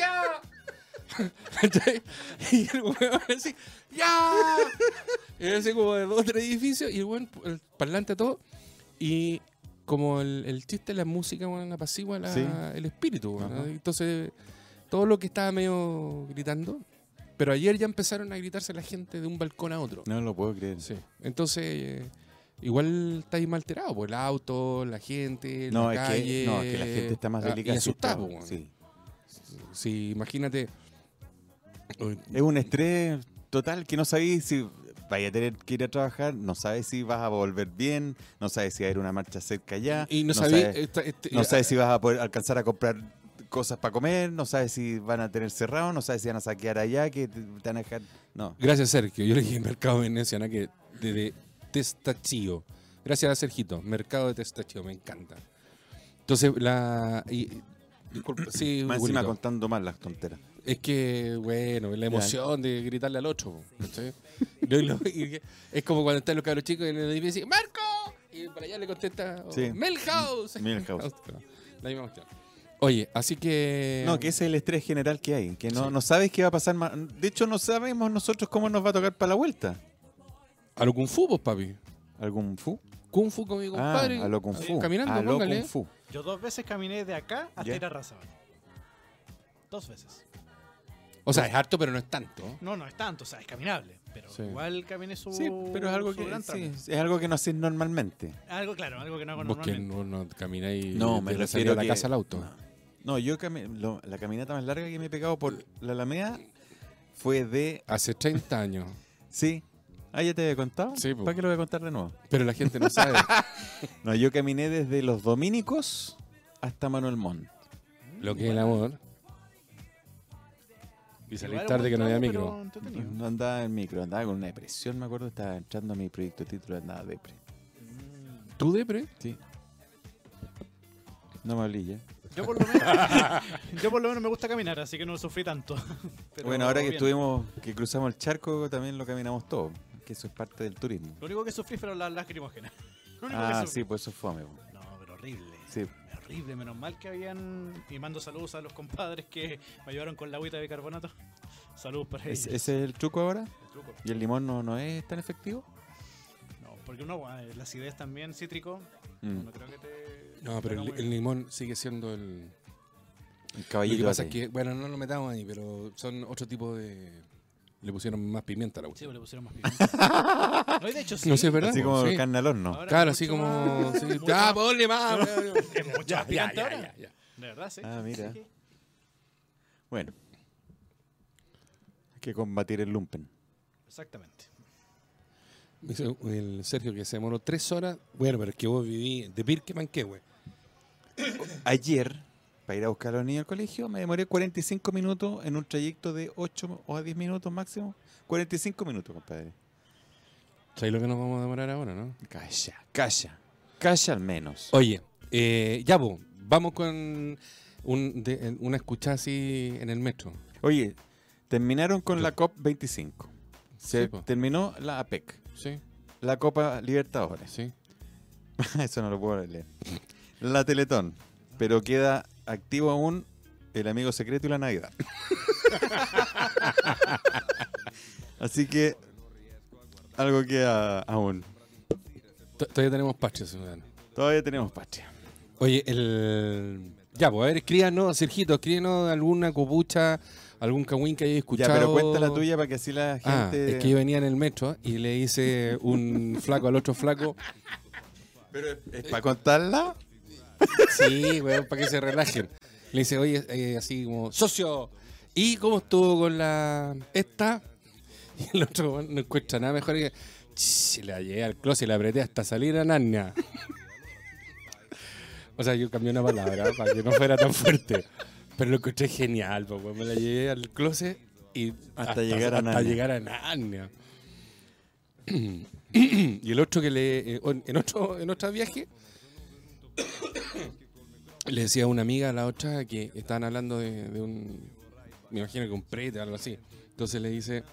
de Venecia! ¿Cachai? Y el weón así, ¡ya! Era así como de otro edificio, y el weón, el parlante a todo, y como el, el chiste de la música, weón, apacigua la- Sí. el espíritu, weón, ¿no? Ajá. Entonces, todo lo que estaba medio gritando, pero ayer ya empezaron a gritarse la gente de un balcón a otro. No lo puedo creer. Sí. Entonces, eh, igual estáis mal alterado, pues el auto, la gente, No, la es calle. que, no, es que la gente está más ah, delicada. Y asustada, sí, pues, weón. sí. Sí, imagínate. Uy, Es un estrés total que no sabéis si vaya a tener que ir a trabajar, no sabes si vas a volver bien, no sabes si va a haber una marcha cerca allá, Y no, no sabéis. sabes, esta- este- no eh, sabes si vas a poder alcanzar a comprar cosas para comer, no sabes si van a tener cerrado, no sabes si van a saquear allá, que te, te van a dejar... No. Gracias, Sergio. Yo le dije Mercado de Venecia, ¿no? Que de, de Testachio. Gracias, Sergito. Mercado de Testachio, me encanta. Entonces, la. Y, disculpa, sí, Más encima Julito. contando más las tonteras. Es que, bueno, la emoción de gritarle al otro. po, ¿cachai? Yo lo- y que- es como cuando están los cabros chicos en el edificio, ¡Marco! Y para allá le contesta, oh, Sí. ¡Milhouse! Milhouse. La misma cuestión. Oye, así que... No, que ese es el estrés general que hay, que no, Sí. no sabes qué va a pasar más. De hecho, no sabemos nosotros cómo nos va a tocar para la vuelta. A lo Kung Fu, pues, papi. ¿Algún fu? Kung Fu con mi compadre. Ah, a lo kung fu. Caminando, a lo póngale. kung fu. Yo dos veces caminé de acá hasta Ya. ir a Razabal. Dos veces. O sea, es harto, pero no es tanto. No, no es tanto, o sea, es caminable. Pero Sí. igual caminé su. Sí, pero es algo su que gran tramo. sí, es algo que no haces normalmente. Algo, claro, algo que no hago Vos que normalmente. no, no camináis No, me de la refiero salida de la que- casa al auto. No, No, yo cami- lo- la caminata más larga que me he pegado por la Alameda fue de... Hace treinta años. Sí. Ah, ¿ya te había contado? Sí, po. ¿Para qué lo voy a contar de nuevo? Pero la gente no sabe. No, yo caminé desde los Dominicos hasta Manuel Montt. Lo que es el amor. Y salir Igual tarde un que no había tramo, micro. pero entretenido. No andaba en micro, andaba con una depresión, me acuerdo, estaba entrando a mi proyecto de título, andaba depre. ¿Tú, Depre? Sí. No me hablé ya. Yo por, lo menos, yo por lo menos me gusta caminar, así que no sufrí tanto. Pero Bueno, ahora que bien. estuvimos, que cruzamos el charco, también lo caminamos todo, que eso es parte del turismo. Lo único que sufrí fueron las lacrimógenas. Lo único que Ah, sufrí. sí, pues eso es fome. po. No, pero horrible. Sí. Horrible, menos mal que habían. Y mando saludos a los compadres que me ayudaron con la agüita de bicarbonato. Saludos para ellos. ¿Es- ¿Ese es el truco ahora? El truco. ¿Y el limón no, no es tan efectivo? No, porque uno, eh, la acidez también cítrico. Mm. No creo que te. No, pero haga el, muy el bien. limón sigue siendo el... El Lo que caballito. pasa es de que, bueno, no lo metamos ahí, pero son otro tipo de... Le pusieron más pimienta a la Sí, cuestión. le pusieron más pimienta. No, y de hecho sí. No sé, ¿verdad? Así como Sí. carne al horno. Ahora Claro, es así mucho como... más- sí. mucho Ya, más- ponle más. Es mucho Ya, más ya, picante ya, ahora. ya, ya. De verdad, sí. Ah, mira. Sí, sí. Bueno. Hay que combatir el lumpen. Exactamente. Me dice el Sergio que se demoró tres horas. Bueno, pero es que vos viví de Pirque qué, güey. Ayer, para ir a buscar a los niños al colegio, me demoré cuarenta y cinco minutos en un trayecto de ocho o a diez minutos máximo. cuarenta y cinco minutos, compadre. ¿Sabes lo que nos vamos a demorar ahora, no? Calla, calla. Calla al menos. Oye, eh, ya, vos, vamos con un, de- una escuchada así en el metro. Oye, terminaron con Yo- la COP veinticinco. Se Sí, po. terminó la APEC, Sí, la Copa Libertadores. sí. Eso no lo puedo leer. La Teletón. Pero queda activo aún el amigo secreto y la Navidad. Así que algo queda aún. T- Todavía tenemos parches, ciudadano. Todavía tenemos patria. Oye, el... Ya, pues, a ver, escríbanos, Sergito, escríbanos alguna copucha, algún cagüín que hayáis Ya, escuchado. pero cuenta la tuya para que así la Ah, gente... es que yo venía en el metro y le hice un flaco al otro flaco. Pero es para contarla. Sí, weón, para que se relajen. Le dice, oye, eh, así como, socio, ¿y cómo estuvo con la esta? Y el otro weón, no encuentra nada mejor que, "Ch", la llegué al closet y la apreté hasta salir a Narnia. O sea, yo cambié una palabra para que no fuera tan fuerte. Pero lo encontré genial, pues, weón. Me la llevé al closet y Hasta llegar a hasta Narnia. llegar a Narnia. Y el otro que le. eh, en otro, en otro viaje. Le decía a una amiga a la otra que estaban hablando de, de un. Me imagino que un prete o algo así. Entonces le dice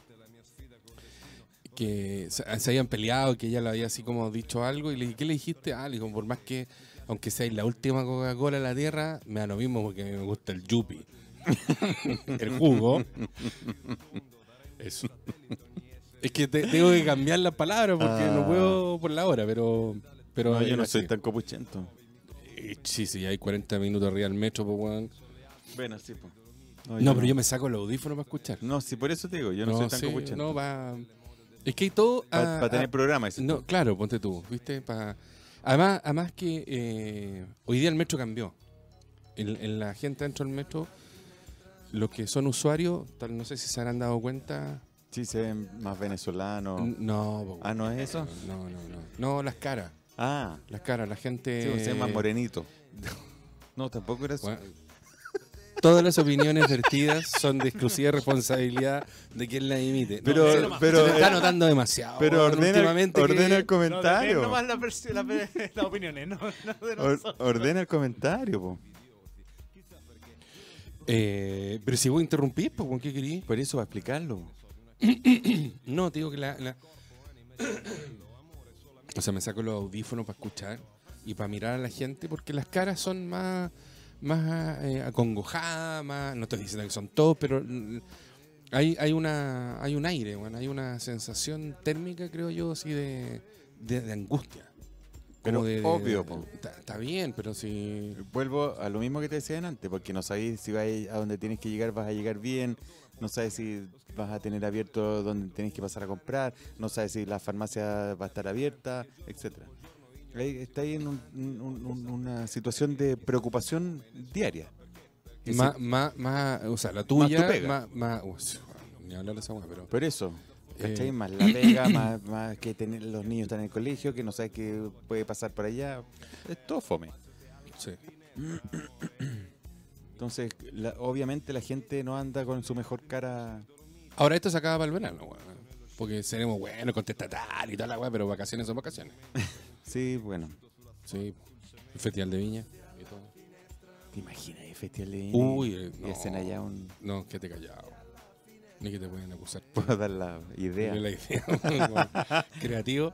que se, se habían peleado, que ella le había así como dicho algo. Y le dije, ¿qué le dijiste? Ah, le digo, por más que, aunque sea la última Coca-Cola de la tierra, me da lo mismo porque a mí me gusta el yupi. El jugo. Eso. Es que te- tengo que cambiar las palabras porque Ah. no puedo por la hora, pero. pero No, yo no era soy así. tan copuchento. Eh, Sí, sí, hay cuarenta minutos arriba del metro, pues, weón. Bueno, sí, pues. No, pero yo me saco los audífonos para escuchar. No, sí, por eso te digo, yo no, soy tan sí, copuchento. no, va... Es que hay todo... Para ah, tener ah, programa, dices No, tú. claro, ponte tú, ¿viste? Pa... Además, además que eh, hoy día el metro cambió. En, en la gente dentro del metro, los que son usuarios, tal, no sé si se habrán dado cuenta... Sí, se ven más venezolanos. N- No, po, Ah, ¿no es eso? No, no, no. No, las caras. Ah, Las caras, la gente... sí, pues, se ven más morenito. No, tampoco era eso. Bueno, todas las opiniones vertidas son de exclusiva responsabilidad de quien las imite. No, Pero, sí, nomás. pero, se me está notando demasiado. pero weón, ordena, últimamente ordena que- el No, comentario. no nomás las vers- la pe- las opiniones, no, no de Or- nosotros. ordena el comentario, po. Eh, pero si vos interrumpís, pues, ¿con qué querí? Por eso, para explicarlo. No, te digo que la, la- O sea, me saco los audífonos para escuchar y para mirar a la gente porque las caras son más, más eh, acongojadas, más... No estoy diciendo que son todos, pero mm, hay, hay, una, hay un aire, bueno, hay una sensación térmica, creo yo, así de, de, de angustia. Pero como de, de- obvio, po. Está, está bien, pero si... Vuelvo a lo mismo que te decían antes, porque no sabes si vas a donde tienes que llegar, vas a llegar bien, no sabes si vas a tener abierto donde tienes que pasar a comprar, no sabes si la farmacia va a estar abierta, etcétera. Ahí está ahí en un- un- un- una situación de preocupación diaria. Es Más, decir, más, más, o sea, la tuya, pega. más, más, uy, ni hablar de esa weá, pero... por eso, ¿cachai? Eh. Más la pega, más, más que tener, los niños están en el colegio, que no sabes qué puede pasar por allá. Es todo fome. Sí. Entonces, la- obviamente la gente no anda con su mejor cara. Ahora esto se acaba para el verano, weón. Porque seremos buenos, contestatario y toda la weá, pero vacaciones son vacaciones. Sí, bueno. Sí, el Festival de Viña y todo. ¿Te imaginas el festival de Viña? Uy, eh, Y hacen no. allá un... No, que te callado. Ni que te pueden acusar. Puedo dar la idea. Dile la idea. Bueno, creativo.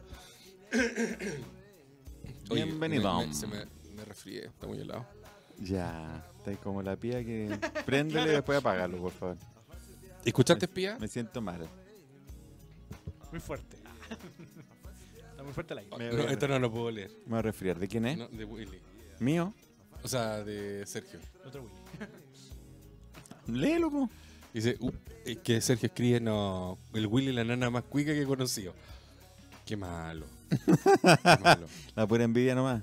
Oye, Bienvenido. me- me- se me, me resfrié, está muy helado. Ya, está ahí como la pía que... Préndele y después apágalo, por favor. ¿Escuchaste, espía? Me siento mal. Muy fuerte. Está muy fuerte la idea. Me No, voy a- esto no lo puedo leer. Me voy a resfriar. ¿De quién es? No, de Willy. ¿Mío? O sea, de Sergio. Otro Willy. Léelo, po. Dice uh, eh, que Sergio escribe, no, el Willy la nana más cuica que he conocido. Qué malo. Qué malo. La pura envidia nomás.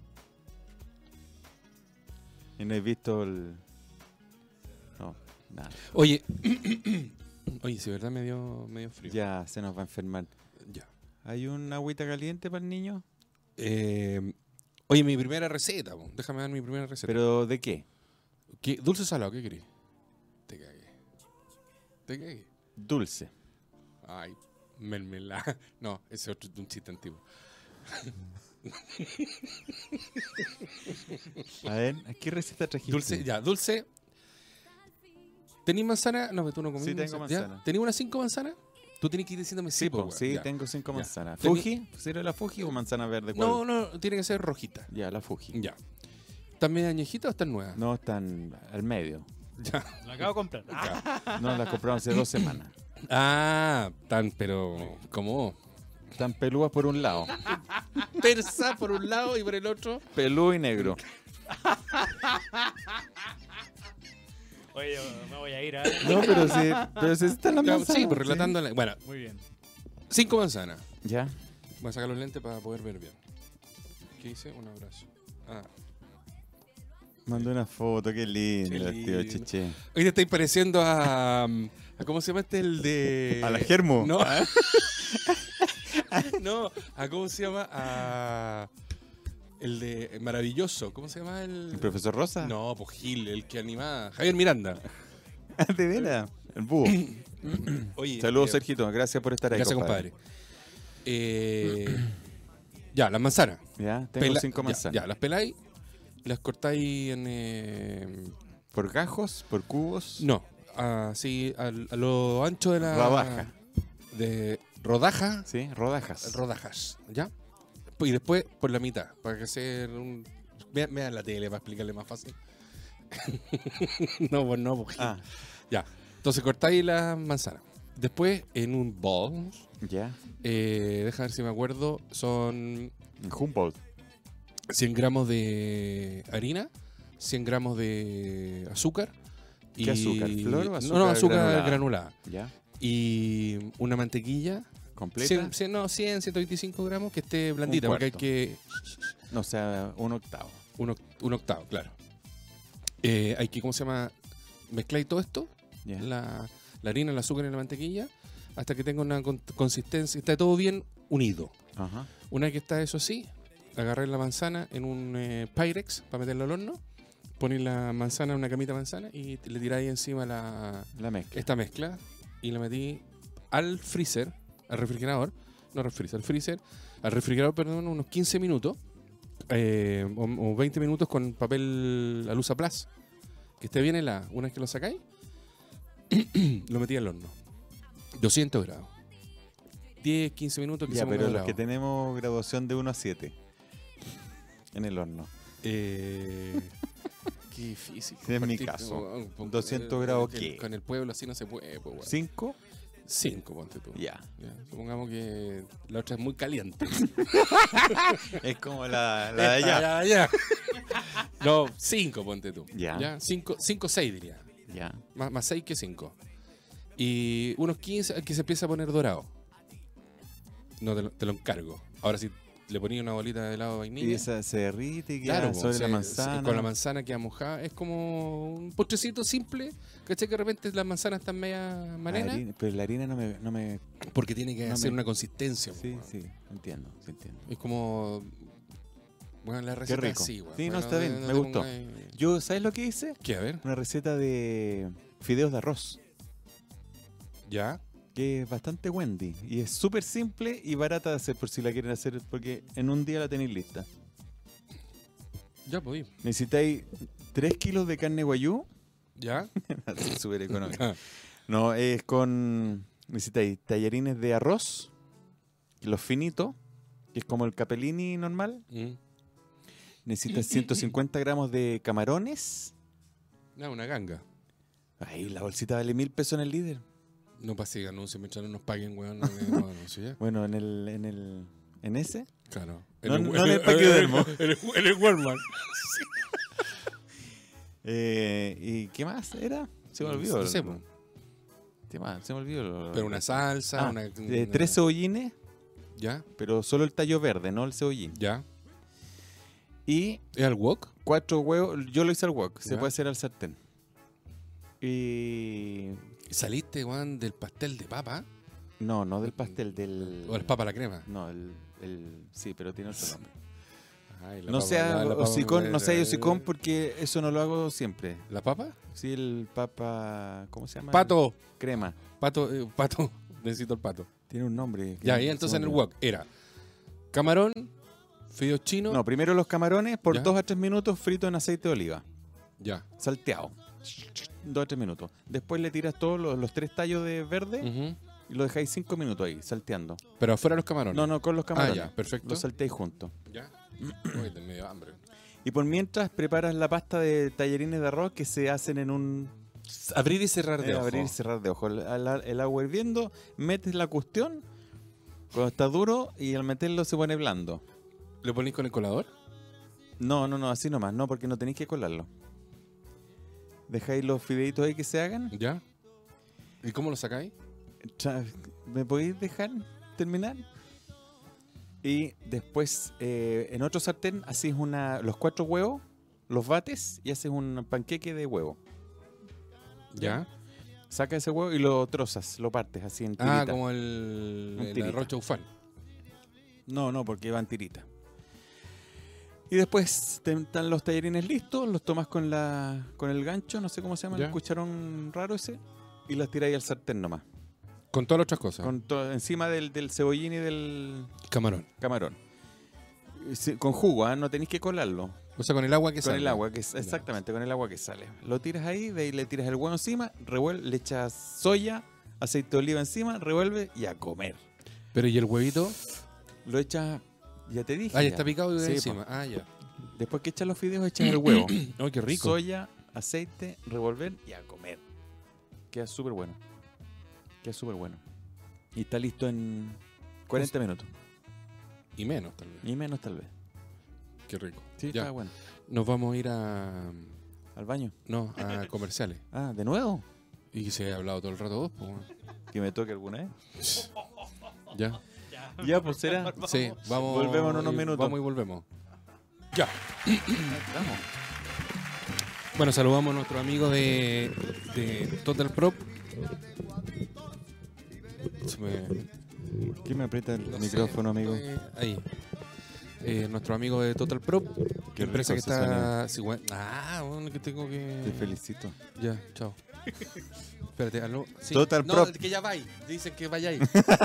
Y no he visto el... No, nada. Oye, oye, si verdad me dio, me dio frío. Ya, se nos va a enfermar. Ya. ¿Hay una agüita caliente para el niño? Eh, oye, mi primera receta, po. Déjame dar mi primera receta. ¿Pero de qué? ¿Qué? ¿Dulce o salado? ¿Qué querés? Te cagué. Te cagué. Dulce. Ay, mermelada. No, ese es otro un chiste antiguo. A ver, ¿qué receta trajiste? Dulce, ya, dulce. ¿Tenís manzana? No, tú no comí Sí, tengo manzana. ¿Ya? manzana. ¿Tenís unas cinco manzanas? Tú tienes que ir diciéndome Sí, sí, po, po, weón. sí, Ya. tengo cinco Ya. manzanas. Tení- ¿Fuji? ¿Sirve la Fuji o manzana verde? ¿Cuál? No, no, tiene que ser rojita. Ya, la Fuji. Ya. ¿Están medio añejitas o están nuevas? No, están al medio. Ya. Lo acabo de comprar. Ah, No, las compramos hace dos semanas. Ah, tan, pero. ¿Cómo? Están pelúas por un lado. Persa por un lado y por el otro. Pelú y negro. oye, me voy a ir a... No, pero sí, pero sí están las Claro, manzanas. sí, pues relatando. la- Bueno, Muy bien. cinco manzanas. Ya. Voy a sacar los lentes para poder ver bien. ¿Qué hice? Un abrazo. Ah. Mandó una foto, qué lindo, Qué tío lindo. Cheche. Hoy te estáis pareciendo a, a. ¿Cómo se llama este? El de. ¿A la Germo? No. no, a ¿cómo se llama? A. El de Maravilloso. ¿Cómo se llama el. ¿El profesor Rosa? No, pues Gil, el que animaba. Javier Miranda. ¿De veras? El búho. Oye. Saludos, eh, Sergito. Gracias por estar ahí, Gracias, compadre. Eh, ya, las manzanas. Ya, tengo Pela- cinco ya, manzanas. Ya, las peláis. Las cortáis en. eh, ¿Por gajos? ¿Por cubos? no, así al- a lo ancho de la. Rodaja. De rodaja. Sí, rodajas. Rodajas, ¿ya? Y después por la mitad, para que hacer un... Vean, vean la tele para explicarle más fácil. no, pues no, pues, Ah, ya. Entonces cortáis las manzanas. Después en un bowl, ya. eh, deja ver si me acuerdo, son En Humboldt. cien gramos de harina, cien gramos de azúcar. ¿Qué azúcar? ¿Flor o azúcar No, no, azúcar granulada? granulada. Ya. Y una mantequilla. ¿Completa? cien, cien, no, cien, ciento veinticinco gramos que esté blandita, Un porque hay cuarto. que... No, o sea, un octavo. Un, oc- un octavo, claro. Eh, hay que, ¿cómo se llama? Mezclar todo esto, Ya. la, la harina, el azúcar y la mantequilla, hasta que tenga una con- consistencia, está todo bien unido. Ajá. Una vez que está eso así, agarrar la manzana en un eh, Pyrex para meterla al horno, poner la manzana en una camita de manzana y le tiráis encima la, La mezcla. esta mezcla y la metí al freezer, al refrigerador, no al freezer, al freezer, al refrigerador, perdón, unos quince minutos eh, o, o veinte minutos con papel alusa plus, que esté bien helada. Una vez que lo sacáis, lo metí al horno, doscientos grados, diez, quince minutos que Ya, se pero ponga los dorado. que tenemos graduación de uno a siete. En el horno. Eh, qué difícil. Es mi compartir caso. con- con- doscientos eh, grados, que ¿qué? Con el pueblo así no se puede. po, weón. ¿cinco? cinco, ponte tú. Ya. Ya, supongamos que la otra es muy caliente. Es como la, la de allá. Ya, ya. No, cinco, ponte tú. Ya. Ya, cinco, cinco, seis diría. Ya. Más, más seis que cinco. Y unos quince al que se empieza a poner dorado. No, te lo, te lo encargo. Ahora si le ponía una bolita de helado de vainilla. Y esa se derrite y queda Claro, sobre se- la se- manzana. con la manzana queda mojada. Es como un postrecito simple. ¿Cachai? Que de repente las manzanas están media La marenas. harina- pero la harina no me... No me Porque tiene que No hacer me- una consistencia. sí, weón. sí, entiendo, sí entiendo. Es como... Bueno, la receta rico. sí, weón. Sí, no, Bueno, está bien, me te gustó. pongas- Yo, ¿sabes lo que hice? ¿Qué? A ver. Una receta de fideos de arroz, ¿Ya? que es bastante Wendy. Y es súper simple y barata de hacer por si la quieren hacer, porque en un día la tenéis lista. Ya, pues. Necesitáis tres kilos de carne guayú. ¿Ya? Así, súper económico. No, es con... Necesitáis tallarines de arroz, los finitos, que es como el capellini normal. Mm. Necesitas ciento cincuenta gramos de camarones. No, una ganga. Ahí, la bolsita vale mil pesos en el líder. No pase anuncios mientras no nos paguen, weón. No, no, no, no, ¿sí, ya? Bueno, en el... En el ¿En ese? Claro. No, el- no en el Paquidermo. En el, en el Walmart. Eh, ¿Y qué más era? Se me olvidó. No sé, po. ¿Qué más? Se me olvidó. Pero una salsa, Ah, una, eh, una- tres cebollines, ¿Ya? pero solo el tallo verde, no el cebollín. ¿Ya? Y ¿Es al wok? cuatro huevos. Yo lo hice al wok, se Ya. puede hacer al sartén. Y... ¿Saliste, weón, del pastel de papa? No, no del pastel, del... ¿O el papa a la crema? No, el, el... Sí, pero tiene otro nombre. Ay, la No papa- sea la- la papa- hocicón, no sea eh, hocicón porque eso no lo hago siempre. ¿La papa? Sí, el papa... ¿Cómo se llama? Pato. Crema. Pato, eh, pato. Necesito el pato. Tiene un nombre. que Ya, no- y se entonces me en el olvidó. wok era camarón, fideos chinos. No, primero los camarones por Ya. dos a tres minutos fritos en aceite de oliva. Ya. Salteado. dos a tres minutos. Después le tiras todos los, los tres tallos de verde Ujú. y lo dejáis cinco minutos ahí, salteando. Pero afuera los camarones. No, no, con los Ah, camarones. ya, perfecto. Los salteáis juntos. Ya. Uy, tengo medio hambre. Y por mientras preparas la pasta de tallarines de arroz que se hacen en un... Abrir y cerrar de eh, ojo. abrir y cerrar de ojo. El, el- el agua hirviendo, metes la cuestión cuando está duro y al meterlo se pone blando. ¿Lo ponéis con el colador? No, no, no, así nomás. No, porque no tenéis que colarlo. Dejáis los fideitos ahí que se hagan. ¿Ya? ¿Y cómo lo sacáis? Cha- ¿Me podéis dejar terminar? Y después, eh, en otro sartén, haces una, los cuatro huevos, los bates y haces un panqueque de huevo. ¿Ya? Saca ese huevo y lo trozas, lo partes así en Ah, tirita. como el, Un el tirita. arroz chaufán. No, no, porque van tirita. Y después te- están los tallarines listos, los tomas con la con el gancho, no sé cómo se llama, Ya. el cucharón raro ese, y las tiráis al sartén nomás. Con todas las otras cosas. Con to- encima del, del cebollín y del camarón. camarón. Y si- Con jugo, ¿ah? No tenéis que colarlo. O sea, con el agua que Con sale. el agua, que es, exactamente, con el agua que sale. Lo tiras ahí, de ahí le tiras el huevo encima, revuelve, le echas soya, aceite de oliva encima, revuelve y a comer. Pero ¿y el huevito? Lo echas, ya te dije. Ah, ya ya. está picado y de Sí, encima. Ah, ya. Después que echas los fideos, echas el huevo. Ay, qué rico. Soya, aceite, revolver y a comer. Queda súper bueno. Queda súper bueno. Y está listo en cuarenta minutos. Y menos, tal vez. Ni menos tal vez. Qué rico. Sí, Ya. está bueno. Nos vamos a ir a... Al baño. No, a comerciales. Ah, ¿de nuevo? Y se ha hablado todo el rato vos, pues. bueno. Que me toque alguna vez. Ya. Ya, pues será. Sí, vamos. Volvemos en unos y- minutos. Vamos y volvemos. Ya. Estamos. Bueno, saludamos a nuestro amigo de, de Total Prop. Se me- ¿Quién me aprieta el no micrófono, sé, amigo? eh, ahí. Eh, nuestro amigo de Total Prop. Qué empresa que rico ese está. sí, bueno. Ah, bueno, que tengo que. Te felicito. Ya, chao. Espérate, aló. Sí. Total no, Prop. que ya vais. Dicen que vayáis.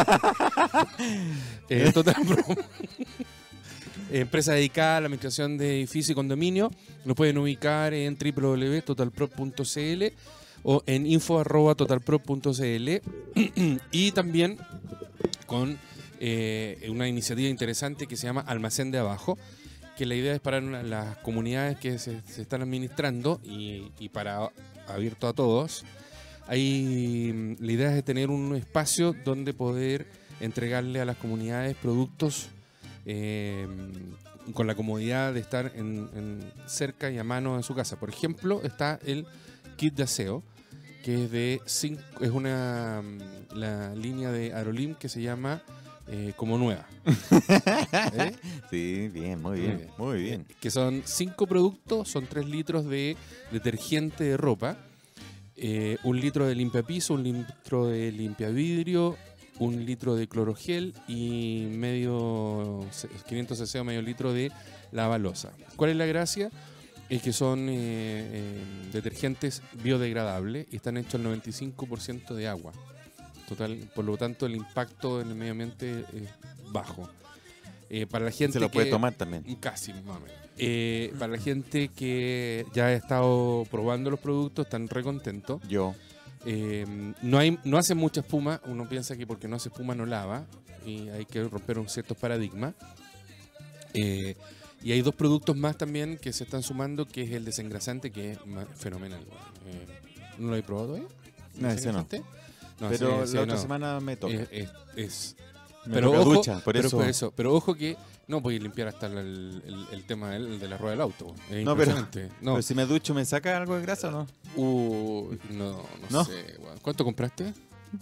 eh, Total Prop. Empresa dedicada a la administración de edificios y condominios. Nos pueden ubicar en w w w punto total prop punto c l o en info arroba total prop punto c l y también con eh, una iniciativa interesante que se llama Almacén de Abajo, que la idea es para una- las comunidades que se, se están administrando y, y para abierto a todos, Ahí mm, la idea es tener un espacio donde poder entregarle a las comunidades productos eh, con la comodidad de estar en, en cerca y a mano en su casa. Por ejemplo, está el kit de aseo, que es de cinco, es una mm, la línea de Aerolim que se llama eh, Como Nueva. ¿Eh? Sí, bien, muy bien, muy bien. Que son cinco productos, son tres litros de detergente de ropa, eh, un litro de limpiapiso, un litro de limpiavidrio, un litro de clorogel y medio quinientos cc o medio litro de lavalosa. ¿Cuál es la gracia? Es que son eh, eh, detergentes biodegradables y están hechos al noventa y cinco por ciento de agua. Total, por lo tanto, el impacto en el medio ambiente es bajo. Eh, para la gente Se lo que, puede tomar también. Casi, más o menos. Eh, para la gente que ya ha estado probando los productos, están re contentos. Yo. Eh, no, hay, no hace mucha espuma. Uno piensa que porque no hace espuma no lava. Y hay que romper un ciertos paradigmas. Eh, y hay dos productos más también que se están sumando, que es el desengrasante, que es fenomenal. Eh, ¿No lo he probado todavía? No, ese no. No, pero ese- la ese otra no. semana me toca. Es, es- es- me pero toca ojo, ducha, por pero, eso. por eso. Pero ojo que no podéis limpiar hasta el, el- el tema del- de la rueda del auto. Es No, pero- impresionante. No, Pero si me ducho, ¿me saca algo de grasa o no? Uh, no, no, ¿No? sé. weón. ¿Cuánto compraste?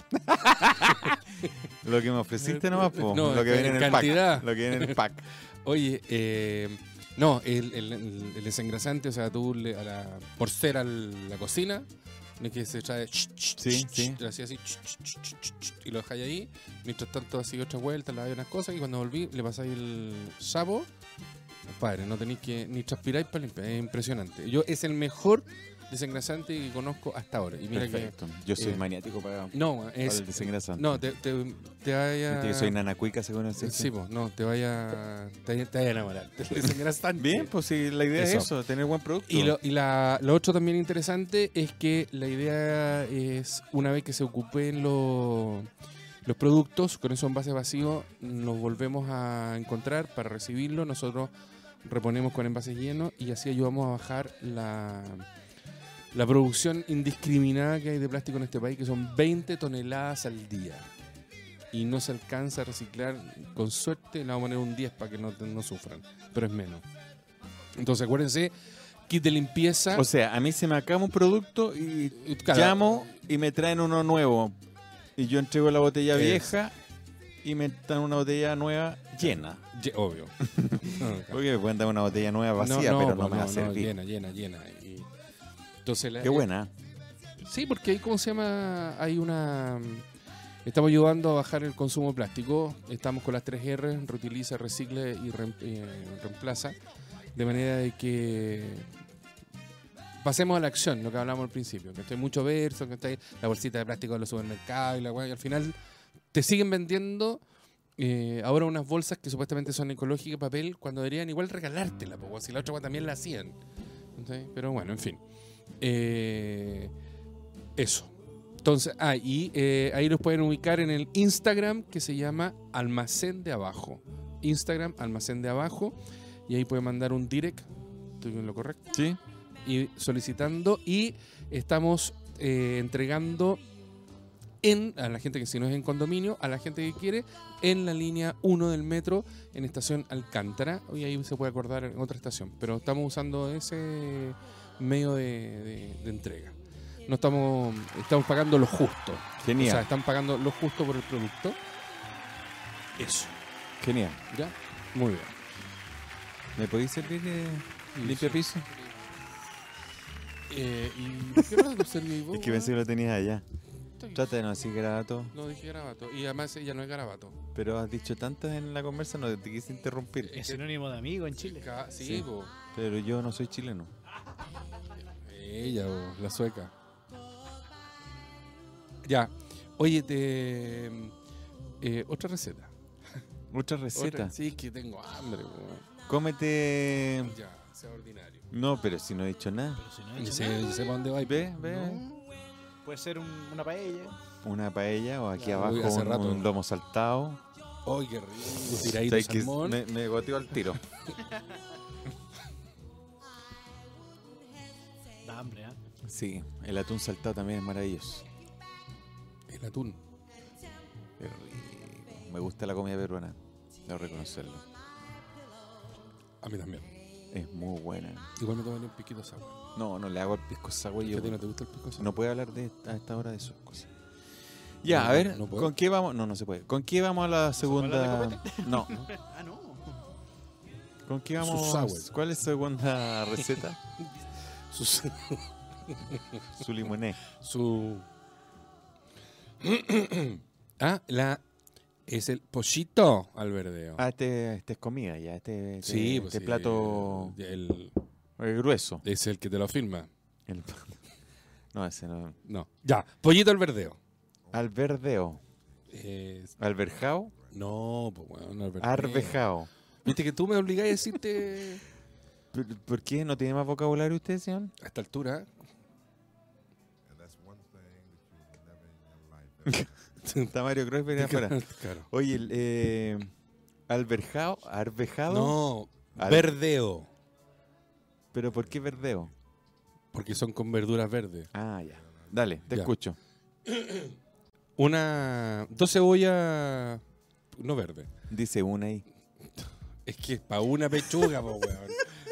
Lo que me ofreciste nomás, po. No, lo que en viene en el cantidad. pack. Lo que viene en el pack. Oye, eh, no, el, el- el- el desengrasante, o sea, tú le- a la, por ser a la cocina, no que se trae, Sí, sí. lo hacía así, y lo dejáis ahí, mientras tanto así otra vuelta, le dais unas cosas, y cuando volví le pasáis el sapo, padre, no tenéis que ni transpiráis para limpiar, es impresionante. Yo es el mejor desengrasante que conozco hasta ahora. Y mira Perfecto. Yo soy eh, maniático para, que, no, para es, el desengrasante. no, te, te, te vaya... Viste que soy nanacuica, según el Sí, sexo. pues, no, te vaya, te, vaya- te vaya a enamorar. Del desengrasante. Bien, pues sí, la idea Eso. es eso, tener buen producto. Y, lo, y la, lo otro también interesante es que la idea es, una vez que se ocupen los, los productos, con esos envases vacíos, nos volvemos a encontrar para recibirlo. Nosotros reponemos con envases llenos y así ayudamos a bajar la, la producción indiscriminada que hay de plástico en este país, que son veinte toneladas al día. Y no se alcanza a reciclar, con suerte le vamos a poner un diez para que no, no sufran, pero es menos. Entonces acuérdense, kit de limpieza. O sea, a mí se me acaba un producto y Claro. llamo y me traen uno nuevo. Y yo entrego la botella Es. vieja y me dan una botella nueva llena. Ye- obvio. Porque me pueden dar una botella nueva vacía, pero no, pues me va a servir. llena, llena, llena. Y entonces la- Qué buena. Sí, porque ahí, ¿cómo se llama? Hay una... Estamos ayudando a bajar el consumo de plástico. Estamos con las tres R, reutiliza, recicle y reem- eh, reemplaza. De manera de que pasemos a la acción, lo que hablamos al principio. Que hay mucho verso, que está ahí la bolsita de plástico de los supermercados y la weá, y al final te siguen vendiendo eh, ahora unas bolsas que supuestamente son ecológicas, papel, cuando deberían igual regalártela, po, si la otra weá también la hacían. ¿Sí? Pero bueno, en fin. Eh, eso. Entonces, ah, y eh, ahí los pueden ubicar en el Instagram que se llama Almacén de Abajo. Instagram, Almacén de Abajo. Y ahí pueden mandar un direct. ¿Estoy en lo correcto? Sí. Y solicitando. Y estamos eh, entregando en, a la gente que si no es en condominio, a la gente que quiere, en la línea uno del metro, en estación Alcántara. Y ahí se puede acordar en otra estación. Pero estamos usando ese medio de, de- de entrega. No estamos, estamos pagando lo justo. Genial. O sea, están pagando lo justo por el producto. Eso. Genial. ¿Ya? Muy bien. ¿Me podéis servir de limpia piso? Eh, ¿Y por qué no lo serví vos? Es que pensé que lo tenías allá. weón? Trata de no decir garabato. No dije garabato. Y además ella no es garabato. Pero has dicho tantas en la conversa, no te quise interrumpir. Es sinónimo de amigo en Chile. Ca- Sí, Sí. po. Pero yo no soy chileno. Ella, po, la sueca. Ya. Oye, te... eh, otra receta. Otra receta. Otra- Sí, que tengo hambre, weón. Cómete. Ya, sea ordinario. No, pero si no he dicho nada. Pero si no he Yo hecho sé, nada, yo sé para dónde va. Ve, ve. No. puede ser un- una paella. Una paella o aquí Ya, abajo uy, hace un, rato. un lomo saltado. Ay, qué rico. Un tiradito de ¿Sabes qué? salmón. Me, me goteó al tiro. Da hambre, ¿ah? Sí, el atún saltado también es maravilloso. El atún. Qué rico. Me gusta la comida peruana. Debo reconocerlo. A mí también. Es muy buena. Igual me tomaría un piquito sour. No, no le hago el pisco sour. ¿A Yo ti no te gusta el pisco sour? no puedo hablar de a esta hora de esas cosas. Ya, No, a ver, no puedo. ¿con qué vamos? No, no se puede. ¿Con qué vamos a la se puede hablar segunda? No. Ah, no. ¿Con qué Sus vamos? sours. ¿Cuál es la segunda receta? Sus- Su limoné. su... ah, la... Es el pollito al verdeo. Ah, este, este es comida ya. Este, este, sí, pues este sí, plato el- eh, grueso. es el que te lo firma. El- no, ese no. No. Ya, pollito al verdeo. Alberdeo. Eh, Alberjao. no, pues bueno, al verdeo. Arvejao. Viste que tú me obligás a decirte ¿Por, por qué no tiene más vocabulario usted, señor? a esta altura. Está Mario Cruz venía afuera. Claro. Oye, el, eh, Alberjao, Arvejado. No, Al- verdeo. ¿Pero por qué verdeo? Porque son con verduras verdes. Ah, ya. Dale, te Ya. escucho. Una. Dos cebollas. No verde. Dice una ahí. Es que es para una pechuga, po, weón.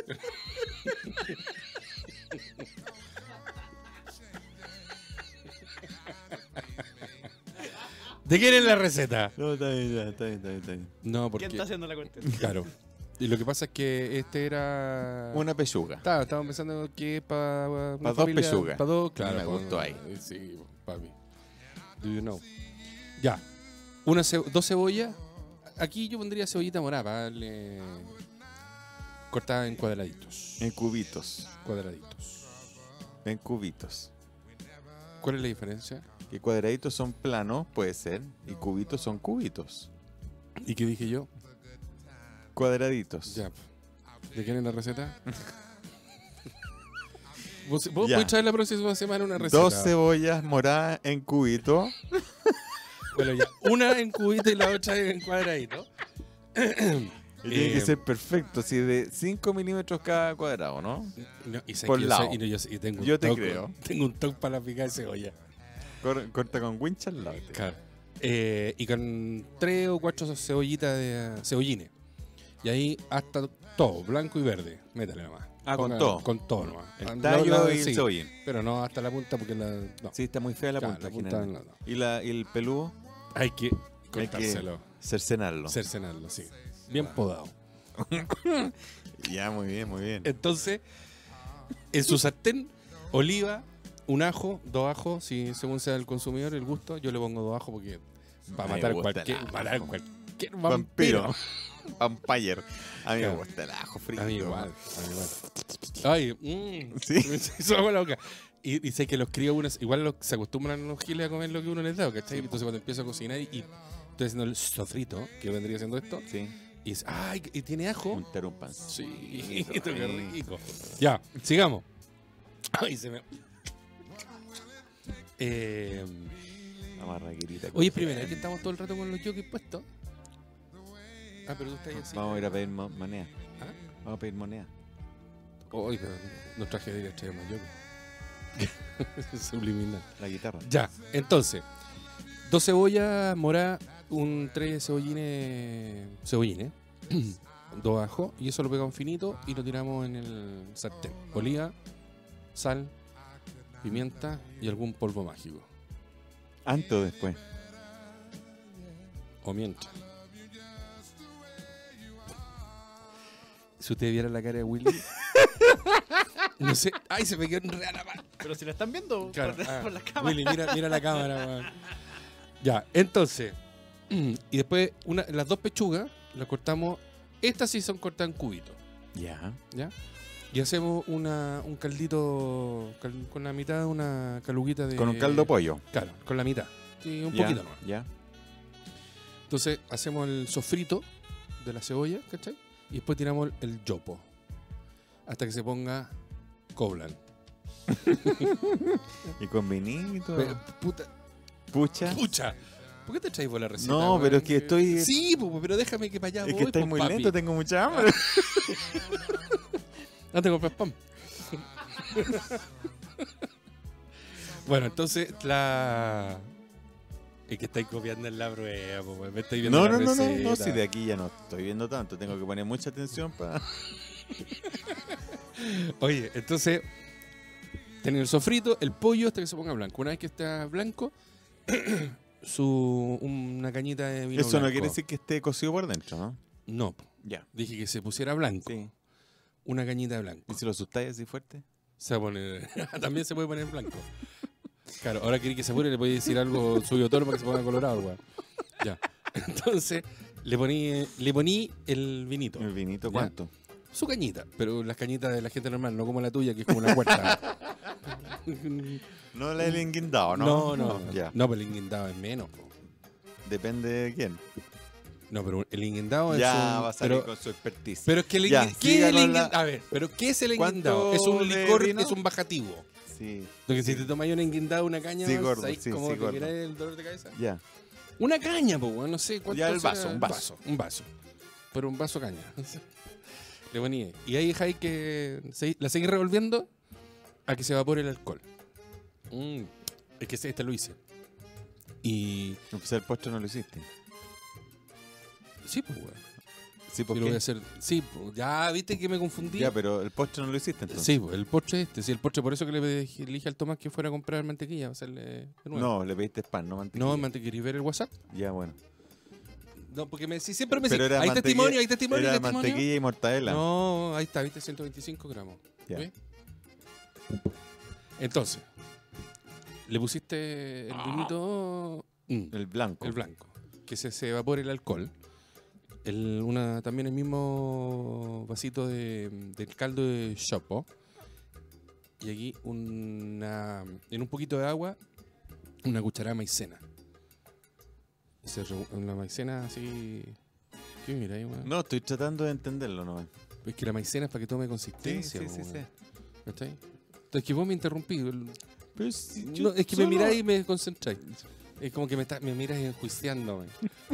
¿De quién es la receta? No, está bien, ya, está bien, está bien, está bien. No, ¿Quién porque. está haciendo la cuenta? Claro. Y lo que pasa es que este era. Una pechuga. Estaba, estaba pensando que para. Pa' dos pechugas. Para dos, claro. Me gustó ahí. Sí, papi. Do you know? Ya. Una ce- dos cebollas. Aquí yo pondría cebollita morada para darle. Cortada en cuadraditos. En cubitos. Cuadraditos. En cubitos. ¿Cuál es la diferencia? Que cuadraditos son planos, puede ser. Y cubitos son cubitos. ¿Y qué dije yo? Cuadraditos. Ya. ¿De quién es la receta? ¿Vos, vos Ya. podés traer la próxima semana una receta? Dos cebollas moradas en cubito. Bueno, ya. Una en cubito y la otra en cuadradito. Y tiene que Eh, ser perfecto. Si de cinco milímetros cada cuadrado, ¿no? No, y sé Por que yo lado. sé- y no, yo sé- y tengo un Yo te toque- creo. Tengo un toque para la picada de cebolla. Cor- corta con winch al lado. Claro. Eh, y con tres o cuatro cebollitas de cebollines. Y ahí hasta todo, blanco y verde. Métale nomás. Ah, con Ponga- todo. Con todo nomás. El Ah, tallo la- la- y el sí, cebollín. pero no hasta la punta porque la. No. Sí, está muy fea la Claro, punta. la punta generalmente. no, no. ¿Y, la, ¿Y el peludo? Hay que Hay que cortárselo. cercenarlo. Cercenarlo, sí. Bien podado. Ya, muy bien, muy bien. Entonces, en su sartén, oliva, un ajo, dos ajos, si según sea el consumidor, el gusto, yo le pongo dos ajos porque para Me matar gusta cualquier, el ajo. matar cualquier Vampiro. vampiro. Vampire. A mí Claro. me gusta el ajo frito. A mí igual, a mí igual. Ay, mmm, Sí. me hizo agua la boca. Y, y sé que los críos unos, igual los- se acostumbran los giles a comer lo que uno les da, ¿cachai? Entonces cuando empiezo a cocinar y, y estoy haciendo el sofrito, que vendría siendo esto, Sí. y dice, ay, ¿y tiene ajo? Untar un pan. Sí, esto qué rico. Ya, sigamos. Ay, se me... Eh, La marraquerita. oye, primera vez que estamos todo el rato con los jockeys puestos. Ah, pero tú estás ahí así. Vamos a ir a pedir mo- moneda. ¿Ah? Vamos a pedir moneda. Oye, pero no traje de ir a traer más jockeys. Subliminal. La guitarra. Ya, entonces, dos cebollas moradas, un tres cebollines, cebollines, dos ajos, y eso lo pegamos finito y lo tiramos en el sartén. Oliva, sal, pimienta y algún polvo mágico. ¿Antes o después? O mientras. Si usted viera la cara de Willy. No sé. Ay, se me quedó enredada la mano. Pero si la están viendo Claro, por, ah, por la cámara. Willy, mira, mira la cámara, weón. Ya, entonces. Y después, una, las dos pechugas las cortamos. Estas sí son cortadas en cubitos. Ya. ¿Ya? Y hacemos una, un caldito cal- con la mitad de una caluguita de. Con un caldo pollo. Claro, con la mitad. Sí, un Ya, poquito nomás. Ya. Entonces hacemos el sofrito de la cebolla, ¿cachai? Y después tiramos el, el yopo. Hasta que se ponga coblan. Y con vinito. Pero, puta, Pucha. pucha. ¿Por qué te traes vos la receta? No, weón? pero es que estoy- Sí, pues, pero déjame que para allá Es voy, que estáis pues, muy papi. lento, tengo mucha hambre. No te compras pan. Bueno, entonces la Es que estáis copiando en la prueba, po, weón. Me estáis viendo No, la no, no, no, no, receta. si de aquí ya no estoy viendo tanto, tengo que poner mucha atención para... Oye, entonces, tener el sofrito, el pollo hasta que se ponga blanco. Una vez que está blanco, su una cañita de vino Eso no blanco. quiere decir que esté cocido por dentro, ¿no? No, po. Ya. Dije que se pusiera blanco. Sí. Una cañita de blanco. ¿Y si lo asustáis así fuerte? Se va a poner... También se puede poner blanco. Claro, ahora quería que se apure, le podéis decir algo suyo tono para que se ponga colorado, weón. Ya. Entonces, le poní, le poní el vinito. ¿El vinito Ya. cuánto? Su cañita, pero las cañitas de la gente normal, no como la tuya, que es como una puerta. No la del enguindado, ¿no? No, no. Ya. No, pero el inguindado es menos, po. Depende de quién. No, pero el inguindado es Ya un... va a salir pero, con su expertise. pero es que el Ya, inguindado... ¿Qué es el síganos la- inguindado? A ver, pero ¿qué es el ¿Cuánto inguindado? Es un de licor, vino? es un bajativo. Sí. Porque si te tomas un enguindado, una caña, Sí, ¿no? gordo, ¿sabes sí, cómo sí, te gordo. quiera el dolor de cabeza? Ya. Una caña, pues, no sé cuánto Ya el será vaso, un vaso. Un vaso. Pero un vaso caña. Le ponía. Y ahí dejáis que se- la seguís revolviendo a que se evapore el alcohol. Mm. Es que este lo hice. Y... O sea, el postre no lo hiciste. Sí, pues, weón. Sí, Sí, ¿por lo voy a qué? hacer. Sí, pues, ya viste que me confundí. Ya, pero el postre no lo hiciste entonces. Sí, pues, el postre este. Sí, el postre. Por eso que le pedí- le dije al Tomás que fuera a comprar mantequilla. Va a hacerle de nuevo. No, le pediste pan, no mantequilla. No, mantequilla. ¿Queréis ver el WhatsApp? Ya, bueno. No, porque me, sí, siempre me Pero decís, era hay mantequilla- testimonio, hay testimonio, Era hay testimonio. mantequilla y mortadela. No, ahí está, viste, ciento veinticinco gramos. Ya. ¿Ves? Entonces, le pusiste el vinito, mm, El blanco. el blanco, que se, se evapore el alcohol. El, una, también el mismo vasito de, del caldo de chopo. Y aquí una, en un poquito de agua, una cucharada de maicena. Y se re- una maicena así... ¿Qué mira ahí, weón? No, estoy tratando de entenderlo, ¿no? Es que la maicena es para que tome Sí, consistencia. sí, po, sí, sí. weón. ¿Cachai? Entonces que vos me interrumpí. el- Pero si No, yo es que me solo- miráis y me concentráis. Es como que me, está- me miras enjuiciándome.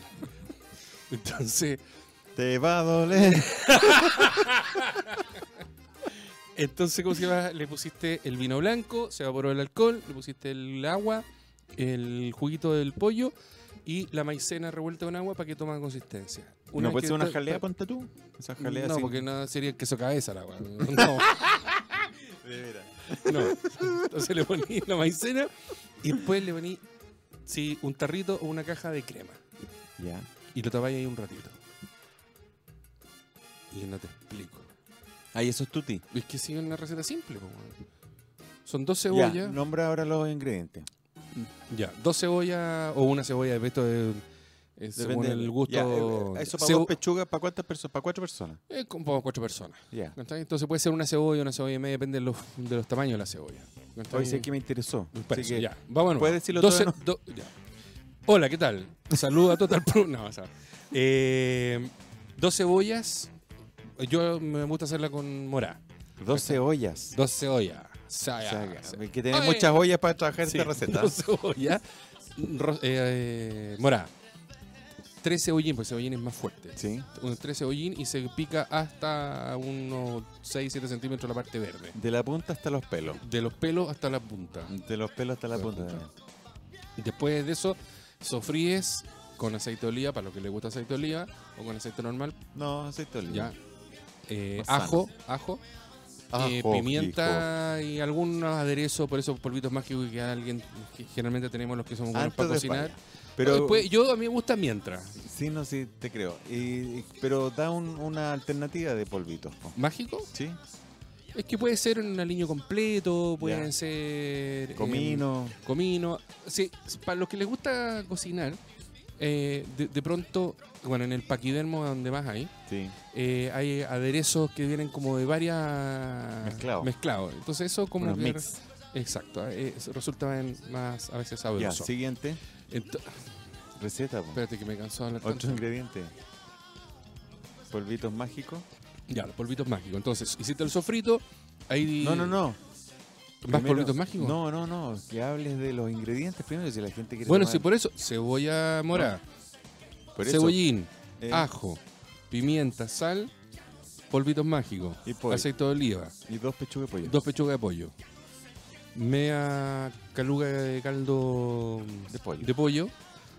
Entonces, Te va a doler. entonces, ¿cómo se llama? Le pusiste el vino blanco, se evaporó el alcohol, le pusiste el agua, el juguito del pollo y la maicena revuelta con agua para que tome consistencia. ¿No vez puede que ser una to- jalea, to- ponte tú? Esa jalea No, así. porque no sería el queso cabeza la agua. No. De veras. No. Entonces le poní la maicena y después le poní sí, un tarrito o una caja de crema. Ya. Y lo tapáis ahí un ratito. Y no te explico. Ahí eso es tuti. Es que sí, es una receta simple. po, weón. Son dos Ya, cebollas. nombra ahora los ingredientes. Ya, dos cebollas o una cebolla, esto es, es según Depende- el gusto. Ya, eh, eso para Cebo- dos pechugas, ¿para cuántas personas? Para cuatro personas. eh, como cuatro personas. Ya. ¿Cachai? Entonces puede ser una cebolla, una cebolla y media, depende de los, de los tamaños de la cebolla. ¿Cachai? Hoy sé que me interesó. Por Así eso, que ya. Vámonos. ¿puedes decirlo Doce- todo de do- ya. Hola, ¿qué tal? Saluda a Total Pro. No, o sea, eh, dos cebollas. Yo me gusta hacerla con morá. dos cebollas. Dos cebollas. O sea, Saya- que tenés Ay. muchas ollas para trabajar Sí, esta receta. dos cebollas. ro- eh, morá. Tres cebollín, porque cebollín es más fuerte. Sí. Un- Tres cebollín y se pica hasta unos seis siete centímetros la parte verde. De la punta hasta los pelos. De los pelos hasta la punta. De los pelos hasta la La punta. punta. también. Después de eso, sofríes con aceite de oliva, para los que les gusta aceite de oliva, o con aceite normal, No, aceite de oliva. ya. Eh, Más sano. ajo, ajo, eh, Ajo, pimienta y algunos aderezos, por esos polvitos mágicos que alguien, que generalmente tenemos los que somos buenos Antes para de cocinar. España. Pero Después, yo a mí me gusta mientras. sí, no, sí, te creo. Y, y- pero da un- una alternativa de polvitos. po. ¿Mágico? ¿Sí? Es que puede ser un aliño completo, pueden Ya. ser... em, Comino. comino. Sí, para los que les gusta cocinar, eh, de, de pronto, bueno, en el paquidermo donde más hay, Sí. eh, hay aderezos que vienen como de varias... Mezclados. Mezclados. Entonces eso como Unos que... mix. Exacto, eh, eso resulta en más a veces Ya, sabroso. siguiente. Ento- Receta. po. espérate que me cansó de hablar Otro tanto. ingrediente. Polvitos mágicos. Ya, los polvitos mágicos. Entonces, hiciste el sofrito, ahí... No, no, no. ¿Más Primero- polvitos mágicos? No, no, no. Que hables de los ingredientes primero si la gente quiere Bueno, tomar. sí, por eso, cebolla morada, Por eso, cebollín, eh, ajo, pimienta, sal, polvitos mágicos, Y pollo. aceite de oliva, Y dos pechugas de pollo. dos pechugas de pollo, media caluga de caldo De pollo. de pollo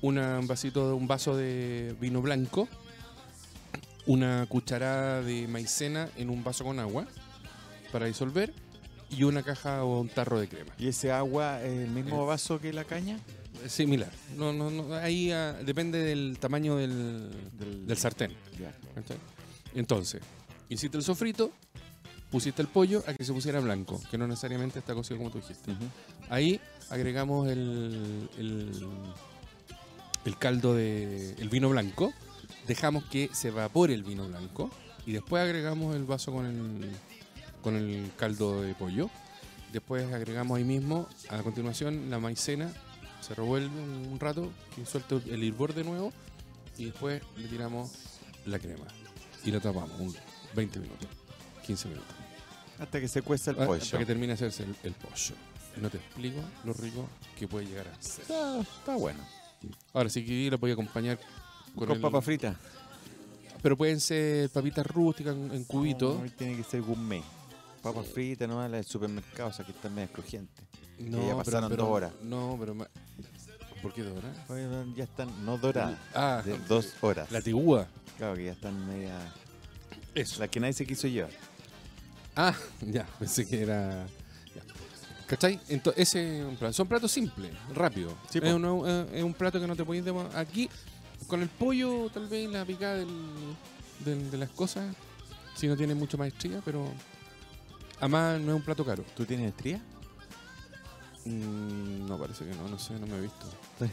una, un vasito, un vaso de vino blanco, una cucharada de maicena en un vaso con agua para disolver y una caja o un tarro de crema. ¿Y ese agua es el mismo Eh. vaso que la caña? Similar. No, no, no, ahí ah, depende del tamaño del, Del- del sartén. Ya. ¿Cachai? Entonces, hiciste el sofrito, pusiste el pollo a que se pusiera blanco, que no necesariamente está cocido como tú dijiste. Ujú. Ahí agregamos el, el, el caldo de el vino blanco, dejamos que se evapore el vino blanco y después agregamos el vaso con el, con el caldo de pollo. Después agregamos ahí mismo, a continuación, la maicena, se revuelve un, un rato, que suelta el hervor de nuevo y después le tiramos la crema y la tapamos un veinte minutos, quince minutos. Hasta que se cueza el Ah, pollo. Hasta que termine de hacerse el, el pollo. No te explico lo rico que puede llegar a ser. Está, está bueno. Ahora sí que lo voy a acompañar con, Con el- papa frita. Pero pueden ser papitas rústicas en, en cubitos. No, tiene que ser gourmet. Papas fritas, no la del supermercado, o sea que están medio crujientes. No, ya pasaron dos horas. No, pero... ma- ¿Por qué dos horas? Oye, ya están, no doradas, Ah, de dos horas. la tigúa. Claro que ya están media... Eso. La que nadie se quiso llevar. Ah, ya, pensé que era... ya. ¿Cachai? Entonces, ese es un plato. Son platos simples, rápidos. Sí, es, po. un, es- es un plato que no te podéis... demo- Aquí, con el pollo, tal vez la picada del, del- de las cosas, si no tiene mucha maestría, pero... Además, no es un plato caro. ¿Tú tienes estría? Mm, no, parece que no, no sé, no me he visto.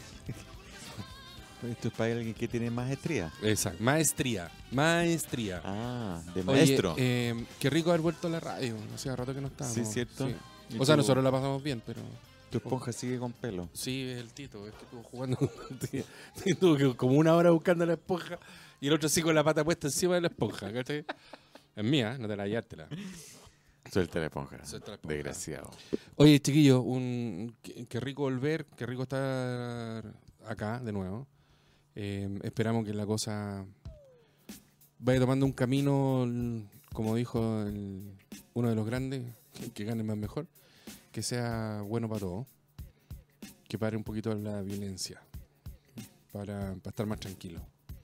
Esto es para alguien que tiene más estría. Exacto, maestría, maestría. Ah, de Oye, maestro. eh, qué rico haber vuelto a la radio, hacía rato que no estábamos. Sí, cierto. Sí. ¿Y O sea, tu- nosotros la pasamos bien, pero... Tu esponja sigue con pelo. Sí, es el Tito, es que estuvo jugando. Estuvo que como una hora buscando la esponja y el otro sí con la pata puesta encima de la esponja, ¿cachai? Es mía, no te la llevártela. Suelta la esponja. Suelta la esponja. Desgraciado. Oye, chiquillos, un, qué, qué rico volver, qué rico estar acá de nuevo. Eh, esperamos que la cosa vaya tomando un camino, l- como dijo el- uno de los grandes, que, que gane más mejor, que sea bueno para todos, que pare un poquito la violencia, para, para estar más tranquilo.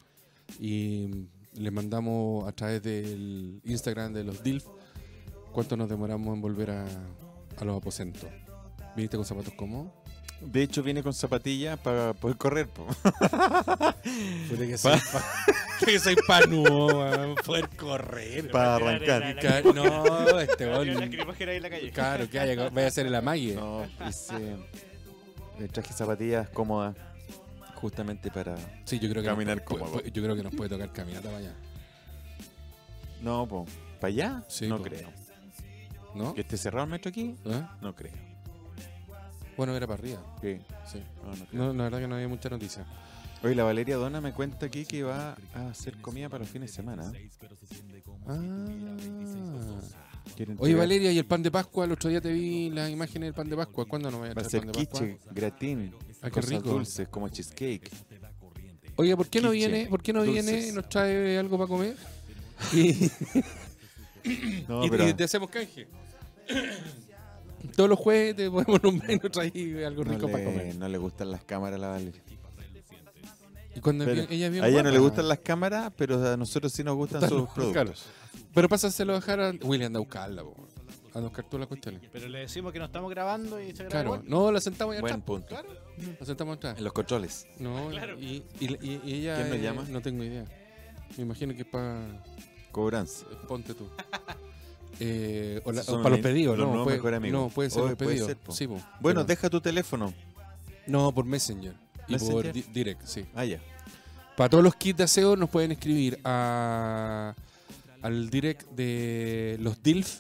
Y mm, les mandamos a través del Instagram de los D I L F cuánto nos demoramos en volver a, a los aposentos. ¿Viniste con zapatos cómodos? De hecho, viene con zapatillas para poder correr. Po. Puede que soy pa, que soy panudo, poder correr. Para Arrancar. arrancar. Ca- No, este La gol. lacrimógena ahí en la calle. Claro, que haya, vaya a ser el amague. No, hice, le traje zapatillas cómodas justamente para... Sí, yo creo que Caminar nos puede- cómodo. puede- yo creo que nos puede tocar caminata para allá. No, po. ¿Para allá? Sí, no po. creo. ¿No? ¿Que esté cerrado el metro aquí? ¿Eh? No creo. Bueno, era para arriba. Sí. Sí. No, no creo. No, la verdad que no había mucha noticia. Oye, la Valeria Dona me cuenta aquí que va a hacer comida para los fines de semana. Ah. Quiere Oye, entregar- Valeria, ¿y el pan de Pascua? El otro día te vi las imágenes del pan de Pascua. ¿Cuándo nos vaya a Va a traer ser pan de Pascua? quiche, gratín, Ah, qué cosas rico. dulces como cheesecake. Oye, ¿por qué no Quiche, viene? ¿Por qué no dulces. viene y nos trae algo para comer? Y, No, y- pero y te hacemos canje. Todos los jueves te podemos nombrar y nos trae algo no rico para le, comer. no le gustan las cámaras a la Valeria. Y cuando Pero es bien- ella es bien a ella no le guapa. gustan las cámaras, pero a nosotros sí nos gustan Claro, sus productos. claro. Pero pásaselo a dejar a William, anda a buscarla, po. Anda a buscar todas las cuestiones. Pero le decimos que no estamos grabando y se graba Claro, igual. no, la sentamos ahí Buen atrás. punto. Claro. La sentamos atrás. En los controles. No, Claro. y, y, y- y ella. ¿Quién nos eh, llama? No tengo idea. Me imagino que es para. Cobranza. Ponte tú. Eh, o la- Esos son o para los mis- pedidos, los ¿no? nuevos Puede, mejores amigos. no, puede ser Oye, los puede pedidos. ser, po. Sí, po. Bueno, Pero- deja tu teléfono. No, por Messenger. Y Messenger. por di- Direct, sí. Ah, ya. Para todos los kits de aseo nos pueden escribir a, al direct de los D I L F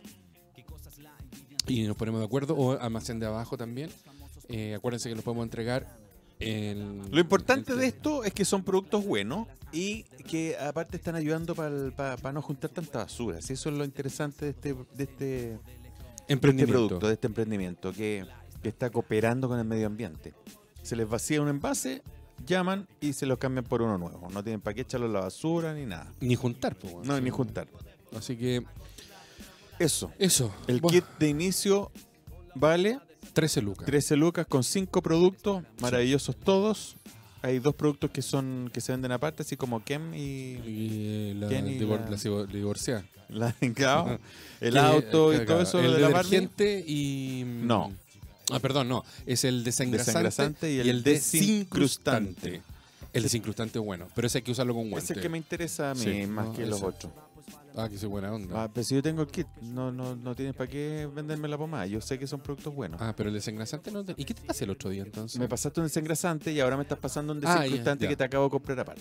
y nos ponemos de acuerdo, o almacén de abajo también. Eh, acuérdense que los podemos entregar en... Lo importante en- de esto es que son productos buenos y que aparte están ayudando para no juntar tanta basura. Si eso es lo interesante de este, de este, de este Emprendimiento. producto, de este emprendimiento, que, que está cooperando con el medio ambiente. Se les vacía un envase, llaman y se los cambian por uno nuevo. No tienen para qué echarlo a la basura ni nada. Ni juntar, pues. bueno, No, sí. ni juntar. Así que Eso. eso. El Bueno, kit de inicio vale trece lucas. trece lucas con cinco productos, maravillosos todos. hay dos productos que son que se venden aparte, así como Kem y Y la, Ken y divor- la- la civo- divorciada. la, claro, el Que- auto y claro, todo eso el de la Barbie. detergente y... No. Ah, perdón, no. Es el desengrasante, Desengrasante y y el el, desincrustante. desincrustante. El desincrustante es bueno, pero ese hay que usarlo con guante. Es el que me interesa a mí Sí, más no, que los ese. otros. Ah, que soy buena onda. Ah, pero si yo tengo el kit, no, no, no tienes para qué venderme la pomada. Yo sé que son productos buenos. Ah, pero el desengrasante no... te- ¿Y qué te pasé el otro día entonces? Me pasaste un desengrasante y ahora me estás pasando un Ah, ya, desincrustante ya. que te acabo de comprar aparte.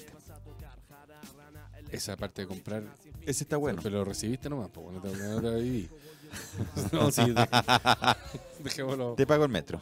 Esa parte de comprar... Ese está bueno. Pero lo recibiste nomás, pues no te, no te la viví. No, sí, de- dejémoslo. Te pago el metro.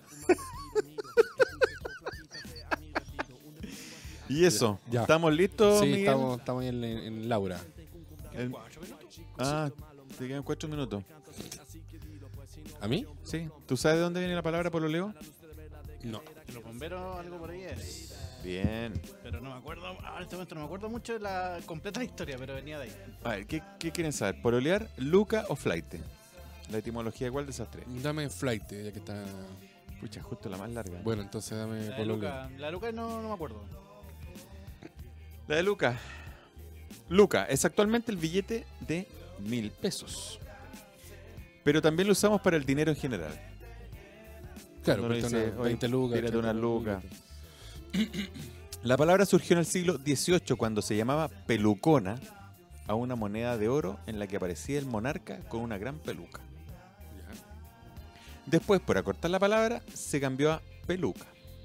Y eso, Ya. ¿estamos listos, Sí, Miguel? estamos, estamos ahí en, en Laura. El- Ah, te quedan cuatro minutos. ¿A mí? Sí. ¿Tú sabes de dónde viene la palabra pololeo? No. De los bomberos, algo por ahí es. Bien. Pero no me acuerdo, ah, en este momento no me acuerdo mucho de la completa historia, pero venía de ahí. A ver, ¿qué, qué quieren saber? ¿Pololear, luca o flaite? La etimología igual de esas tres. Dame flight, ya que está... Pucha, justo la más larga. Bueno, entonces dame La de pololeo. Luca, la de Luca no, no me acuerdo. La de Luca. Luca es actualmente el billete de mil pesos. Pero también lo usamos para el dinero en general. Claro, Cuando uno cuesta dice, una- "Oye, veinte lucas. tírate treinta una luca". La palabra surgió en el siglo dieciocho cuando se llamaba pelucona a una moneda de oro en la que aparecía el monarca con una gran peluca. Ya. Después, por acortar la palabra, se cambió a peluca.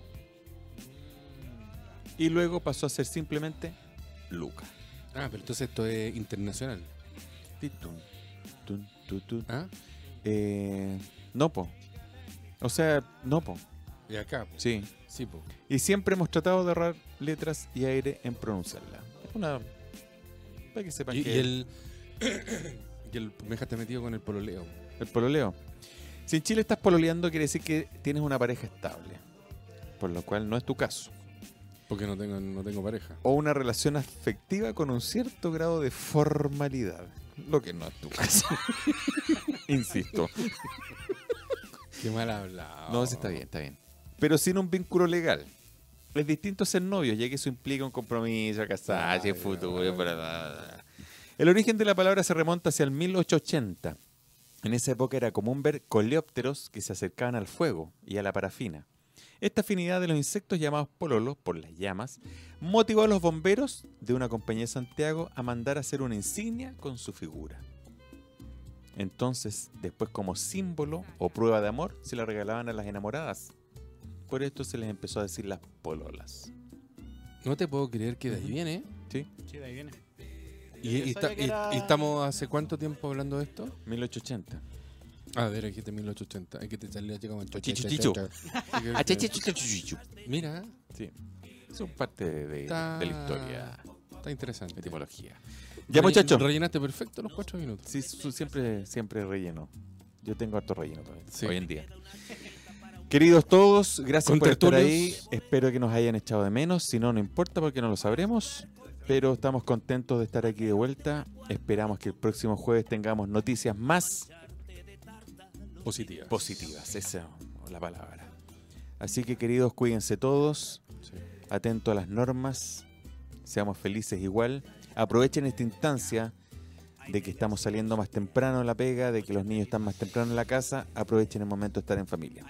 Y luego pasó a ser simplemente luca. Ah, pero entonces esto es internacional. Titun, tun, tu, tu. ¿Ah? Eh, no, po. O sea, no, po. Y acá, pues. Sí. Sí, pues. Y siempre hemos tratado de ahorrar letras y aire en pronunciarla. Es una... Para que sepan Y, que y el... y el... Me dejaste metido con el pololeo. el pololeo. Si en Chile estás pololeando, quiere decir que tienes una pareja estable. Por lo cual no es tu caso. Porque no tengo, no tengo pareja. O una relación afectiva con un cierto grado de formalidad. Lo que no es tu caso. Insisto. Qué mal hablado. No, sí está bien, está bien. Pero sin un vínculo legal. Es distinto ser novios, ya que eso implica un compromiso, casarse, Ay, futuro. ay. bla, bla, bla. El origen de la palabra se remonta hacia el mil ochocientos ochenta. En esa época era común ver coleópteros que se acercaban al fuego y a la parafina. Esta afinidad de los insectos llamados pololos, por las llamas, motivó a los bomberos de una compañía de Santiago a mandar a hacer una insignia con su figura. Entonces, después como símbolo o prueba de amor, se la regalaban a las enamoradas. Por esto se les empezó a decir las pololas. No te puedo creer que de ahí viene. ¿Sí? Sí, de ahí viene. ¿Y, Yo y sabía está- que y- era- y estamos hace cuánto tiempo hablando de esto? mil ochocientos ochenta. Ah, de aquí de mil ochocientos ochenta. Es que te salía chico con Chichu, chichu. Ah, che, che, che, che, che, che. Mira, Sí. Son parte de, de- Está- de la historia, está interesante. etimología. Ya, Relle- muchachos. Rellenaste perfecto los cuatro minutos. Sí, su- siempre, siempre relleno. Yo tengo harto relleno también, Sí. hoy en día. Queridos todos, gracias Con por estar tertulios. ahí. Espero que nos hayan echado de menos. Si no, no importa porque no lo sabremos. Pero estamos contentos de estar aquí de vuelta. Esperamos que el próximo jueves tengamos noticias más Positiva. positivas. Esa es la palabra. Así que, queridos, cuídense todos. Sí. Atentos a las normas. Seamos felices igual. Aprovechen esta instancia de que estamos saliendo más temprano en la pega, de que los niños están más temprano en la casa. Aprovechen el momento de estar en familia.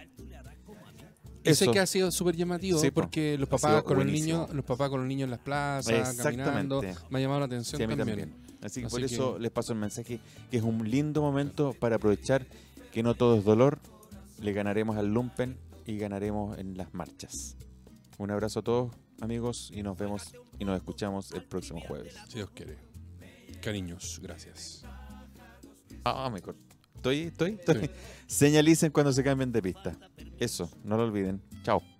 Y sé Eso. que ha sido súper llamativo Sí, po. porque los Ha papás sido con los buenísimo. niños, los papás con los niños en las plazas, Exactamente. caminando, me ha llamado la atención Sí, a mí también. también. Así que Así por que- eso les paso el mensaje que es un lindo momento para aprovechar que no todo es dolor. Le ganaremos al lumpen y ganaremos en las marchas. Un abrazo a todos, amigos, y nos vemos y nos escuchamos el próximo jueves. Si Dios quiere. Cariños, gracias. Ah, me corto. Estoy, estoy, estoy. Sí. Señalicen cuando se cambien de pista. Eso, no lo olviden. Chao.